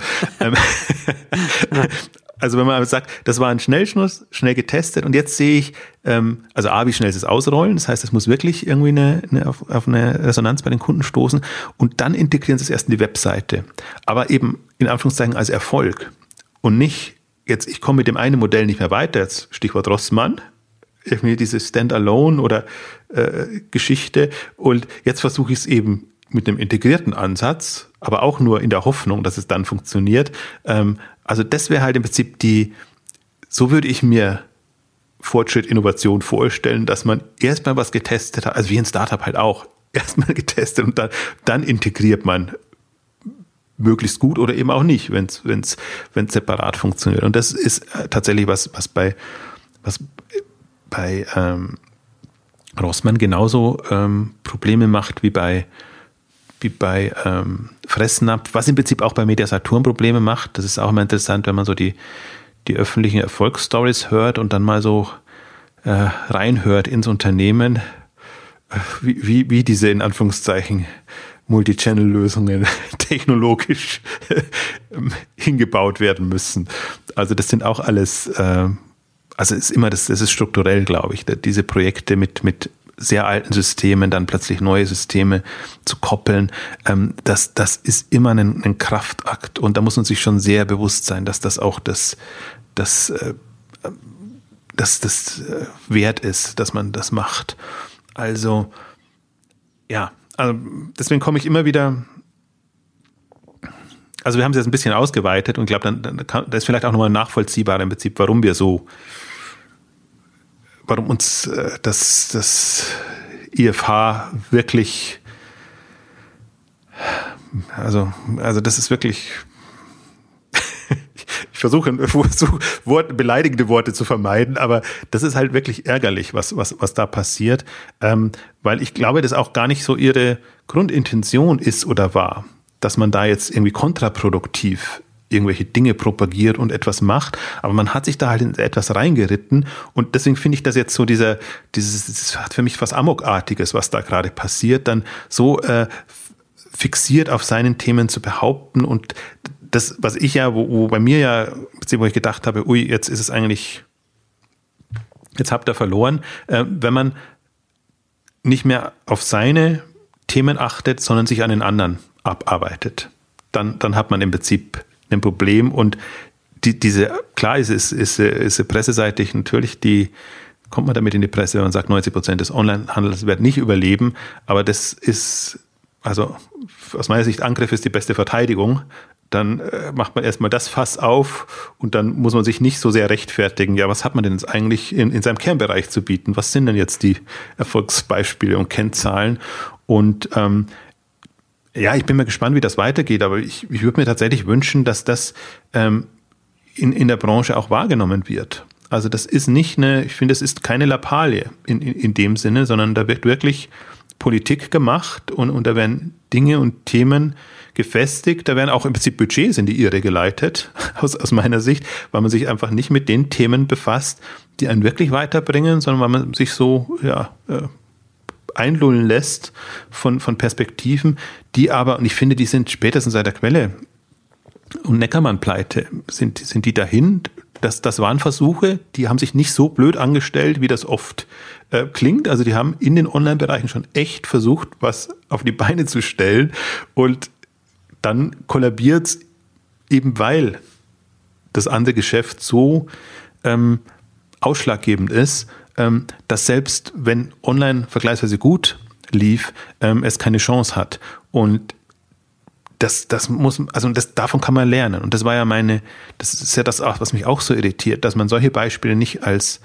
Also wenn man sagt, das war ein Schnellschnuss, schnell getestet, und jetzt sehe ich, ähm, also A, wie schnell ist es ausrollen, das heißt, es muss wirklich irgendwie eine, eine, auf, auf eine Resonanz bei den Kunden stoßen, und dann integrieren sie es erst in die Webseite. Aber eben in Anführungszeichen als Erfolg und nicht jetzt, ich komme mit dem einen Modell nicht mehr weiter, jetzt Stichwort Rossmann, irgendwie diese Standalone oder äh, Geschichte, und jetzt versuche ich es eben mit einem integrierten Ansatz, aber auch nur in der Hoffnung, dass es dann funktioniert. Ähm, also das wäre halt im Prinzip die, so würde ich mir Fortschritt, Innovation vorstellen, dass man erstmal was getestet hat, also wie ein Startup halt auch, erstmal getestet und dann, dann integriert man möglichst gut oder eben auch nicht, wenn es wenn es wenn es separat funktioniert. Und das ist tatsächlich was, was bei, was bei ähm, Rossmann genauso ähm, Probleme macht wie bei wie bei ähm, Fressnapf, was im Prinzip auch bei Media-Saturn Probleme macht. Das ist auch immer interessant, wenn man so die, die öffentlichen Erfolgsstories hört und dann mal so äh, reinhört ins Unternehmen, äh, wie, wie, wie diese in Anführungszeichen Multi-Channel-Lösungen technologisch äh, hingebaut werden müssen. Also das sind auch alles, äh, also es ist immer, das, das ist strukturell, glaube ich, diese Projekte mit, mit sehr alten Systemen, dann plötzlich neue Systeme zu koppeln, ähm, das, das ist immer ein, ein Kraftakt, und da muss man sich schon sehr bewusst sein, dass das auch das, das, äh, das, das äh, wert ist, dass man das macht. Also, ja, also deswegen komme ich immer wieder, also wir haben es jetzt ein bisschen ausgeweitet, und ich glaube, dann, dann kann, da ist vielleicht auch nochmal nachvollziehbar im Prinzip, warum wir so warum uns äh, das, das I F H wirklich, also, also das ist wirklich, ich versuche, versuche Wort, beleidigende Worte zu vermeiden, aber das ist halt wirklich ärgerlich, was, was, was da passiert, ähm, weil ich glaube, das auch gar nicht so ihre Grundintention ist oder war, dass man da jetzt irgendwie kontraproduktiv irgendwelche Dinge propagiert und etwas macht, aber man hat sich da halt in etwas reingeritten, und deswegen finde ich das jetzt so dieser, dieses, das hat für mich was Amokartiges, was da gerade passiert, dann so äh, fixiert auf seinen Themen zu behaupten, und das, was ich ja, wo, wo bei mir ja, wo ich gedacht habe, ui, jetzt ist es eigentlich, jetzt habt ihr verloren, äh, wenn man nicht mehr auf seine Themen achtet, sondern sich an den anderen abarbeitet, dann, dann hat man im Prinzip ein Problem, und die, diese, klar ist es, ist, ist presseseitig natürlich, die kommt man damit in die Presse, wenn man sagt, neunzig Prozent des Onlinehandels werden nicht überleben, aber das ist, also aus meiner Sicht, Angriff ist die beste Verteidigung, dann äh, macht man erstmal das Fass auf, und dann muss man sich nicht so sehr rechtfertigen, ja, was hat man denn jetzt eigentlich in, in seinem Kernbereich zu bieten, was sind denn jetzt die Erfolgsbeispiele und Kennzahlen, und ähm, ja, ich bin mal gespannt, wie das weitergeht, aber ich, ich würde mir tatsächlich wünschen, dass das ähm, in, in der Branche auch wahrgenommen wird. Also das ist nicht eine, ich finde, das ist keine Lappalie in, in, in dem Sinne, sondern da wird wirklich Politik gemacht, und, und da werden Dinge und Themen gefestigt. Da werden auch im Prinzip Budgets in die Irre geleitet, aus, aus meiner Sicht, weil man sich einfach nicht mit den Themen befasst, die einen wirklich weiterbringen, sondern weil man sich so ja, äh, einlullen lässt von, von Perspektiven, die aber, und ich finde, die sind spätestens seit der Quelle und Neckermann-Pleite, sind, sind die dahin. Das, das waren Versuche, die haben sich nicht so blöd angestellt, wie das oft äh, klingt. Also die haben in den Online-Bereichen schon echt versucht, was auf die Beine zu stellen. Und dann kollabiert es eben, weil das andere Geschäft so ähm, ausschlaggebend ist, ähm, dass selbst wenn online vergleichsweise gut lief, ähm, es keine Chance hat. Und Das, das muss, also das, davon kann man lernen. Und das war ja meine, das ist ja das auch, was mich auch so irritiert, dass man solche Beispiele nicht als,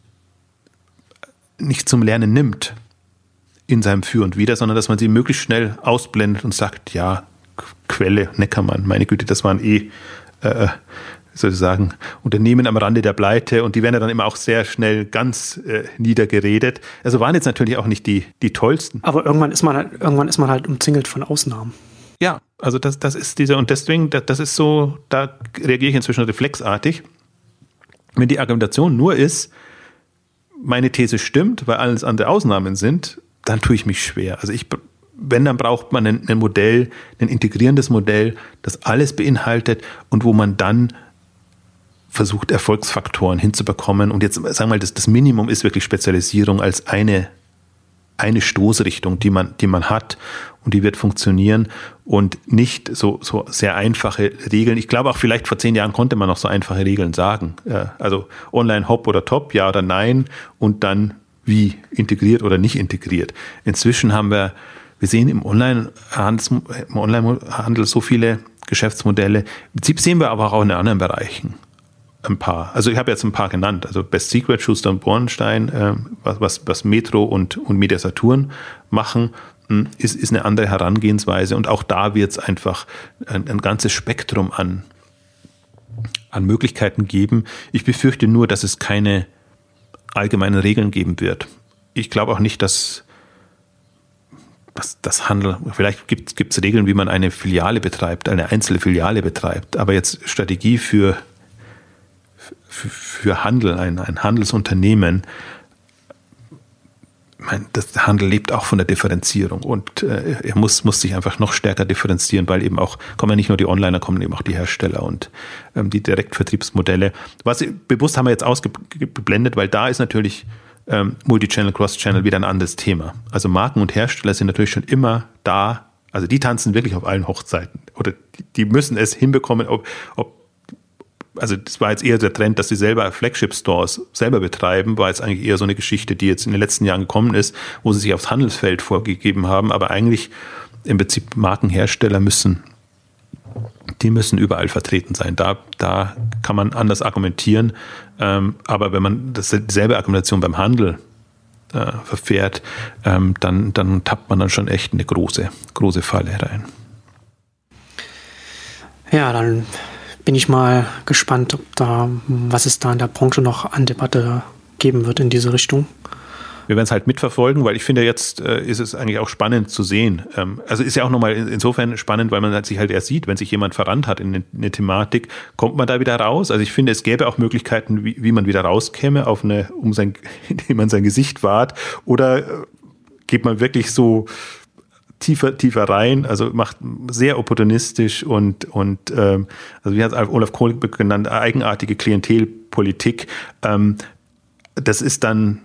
nicht zum Lernen nimmt in seinem Für und Wider, sondern dass man sie möglichst schnell ausblendet und sagt, ja, Quelle, Neckermann, meine Güte, das waren eh, äh, sozusagen Unternehmen am Rande der Pleite und die werden ja dann immer auch sehr schnell ganz äh, niedergeredet. Also waren jetzt natürlich auch nicht die, die tollsten. Aber irgendwann ist man halt, irgendwann ist man halt umzingelt von Ausnahmen. Ja, also das, das ist dieser, und deswegen, das, das ist so, da reagiere ich inzwischen reflexartig. Wenn die Argumentation nur ist, meine These stimmt, weil alles andere Ausnahmen sind, dann tue ich mich schwer. Also ich, wenn, dann braucht man ein, ein Modell, ein integrierendes Modell, das alles beinhaltet und wo man dann versucht, Erfolgsfaktoren hinzubekommen. Und jetzt sagen wir mal, das, das Minimum ist wirklich Spezialisierung als eine eine Stoßrichtung, die man, die man hat und die wird funktionieren und nicht so, so sehr einfache Regeln. Ich glaube auch vielleicht vor zehn Jahren konnte man noch so einfache Regeln sagen. Also online Hop oder Top, ja oder nein und dann wie integriert oder nicht integriert. Inzwischen haben wir, wir sehen im Onlinehandel, im Onlinehandel so viele Geschäftsmodelle. Im Prinzip sehen wir aber auch in anderen Bereichen ein paar. Also ich habe jetzt ein paar genannt. Also Best Secret, Schuster und Bornstein, äh, was, was, was Metro und, und Media Saturn machen, ist, ist eine andere Herangehensweise. Und auch da wird es einfach ein, ein ganzes Spektrum an, an Möglichkeiten geben. Ich befürchte nur, dass es keine allgemeinen Regeln geben wird. Ich glaube auch nicht, dass das, das Handel, vielleicht gibt es Regeln, wie man eine Filiale betreibt, eine einzelne Filiale betreibt. Aber jetzt Strategie für für Handel, ein, ein Handelsunternehmen, ich meine, das Handel lebt auch von der Differenzierung und äh, er muss, muss sich einfach noch stärker differenzieren, weil eben auch, kommen ja nicht nur die Onliner, kommen eben auch die Hersteller und ähm, die Direktvertriebsmodelle. Was bewusst haben wir jetzt ausgeblendet, weil da ist natürlich ähm, Multichannel, Cross-Channel wieder ein anderes Thema. Also Marken und Hersteller sind natürlich schon immer da, also die tanzen wirklich auf allen Hochzeiten oder die, die müssen es hinbekommen, ob, ob also das war jetzt eher der Trend, dass sie selber Flagship-Stores selber betreiben, war jetzt eigentlich eher so eine Geschichte, die jetzt in den letzten Jahren gekommen ist, wo sie sich aufs Handelsfeld vorgegeben haben, aber eigentlich im Prinzip Markenhersteller müssen, die müssen überall vertreten sein. Da, da kann man anders argumentieren, ähm, aber wenn man das, dieselbe Argumentation beim Handel äh, verfährt, ähm, dann, dann tappt man dann schon echt eine große, große Falle rein. Ja, dann bin ich mal gespannt, ob da, was es da in der Branche noch an Debatte geben wird in diese Richtung. Wir werden es halt mitverfolgen, weil ich finde, jetzt äh, ist es eigentlich auch spannend zu sehen. Ähm, also ist ja auch nochmal insofern spannend, weil man halt sich halt erst sieht, wenn sich jemand verrannt hat in eine, eine Thematik, kommt man da wieder raus. Also ich finde, es gäbe auch Möglichkeiten, wie, wie man wieder rauskäme, auf eine, um sein, indem man sein Gesicht wahrt, oder äh, geht man wirklich so tiefer, tiefer rein, also macht sehr opportunistisch und, und ähm, also wie hat es Olaf Kohlberg genannt, eigenartige Klientelpolitik. Ähm, das ist dann,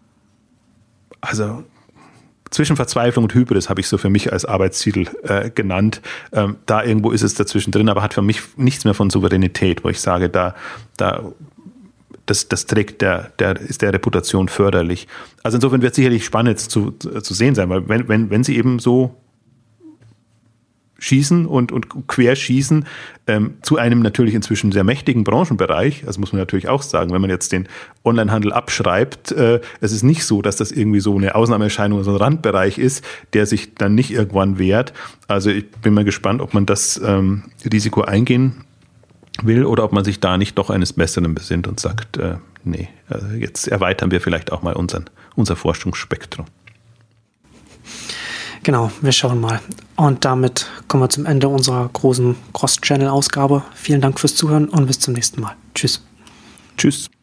also zwischen Verzweiflung und Hybris habe ich so für mich als Arbeitstitel äh, genannt. Ähm, da irgendwo ist es dazwischen drin, aber hat für mich nichts mehr von Souveränität, wo ich sage, da, da Das, das trägt der, der, ist der Reputation förderlich. Also insofern wird es sicherlich spannend zu, zu sehen sein, weil wenn, wenn, wenn sie eben so schießen und, und quer schießen, ähm, zu einem natürlich inzwischen sehr mächtigen Branchenbereich, also muss man natürlich auch sagen, wenn man jetzt den Onlinehandel abschreibt, äh, es ist nicht so, dass das irgendwie so eine Ausnahmeerscheinung, so ein Randbereich ist, der sich dann nicht irgendwann wehrt. Also ich bin mal gespannt, ob man das ähm, Risiko eingehen will oder ob man sich da nicht doch eines Besseren besinnt und sagt, äh, nee, also jetzt erweitern wir vielleicht auch mal unseren, unser Forschungsspektrum. Genau, wir schauen mal. Und damit kommen wir zum Ende unserer großen Cross-Channel-Ausgabe. Vielen Dank fürs Zuhören und bis zum nächsten Mal. Tschüss. Tschüss.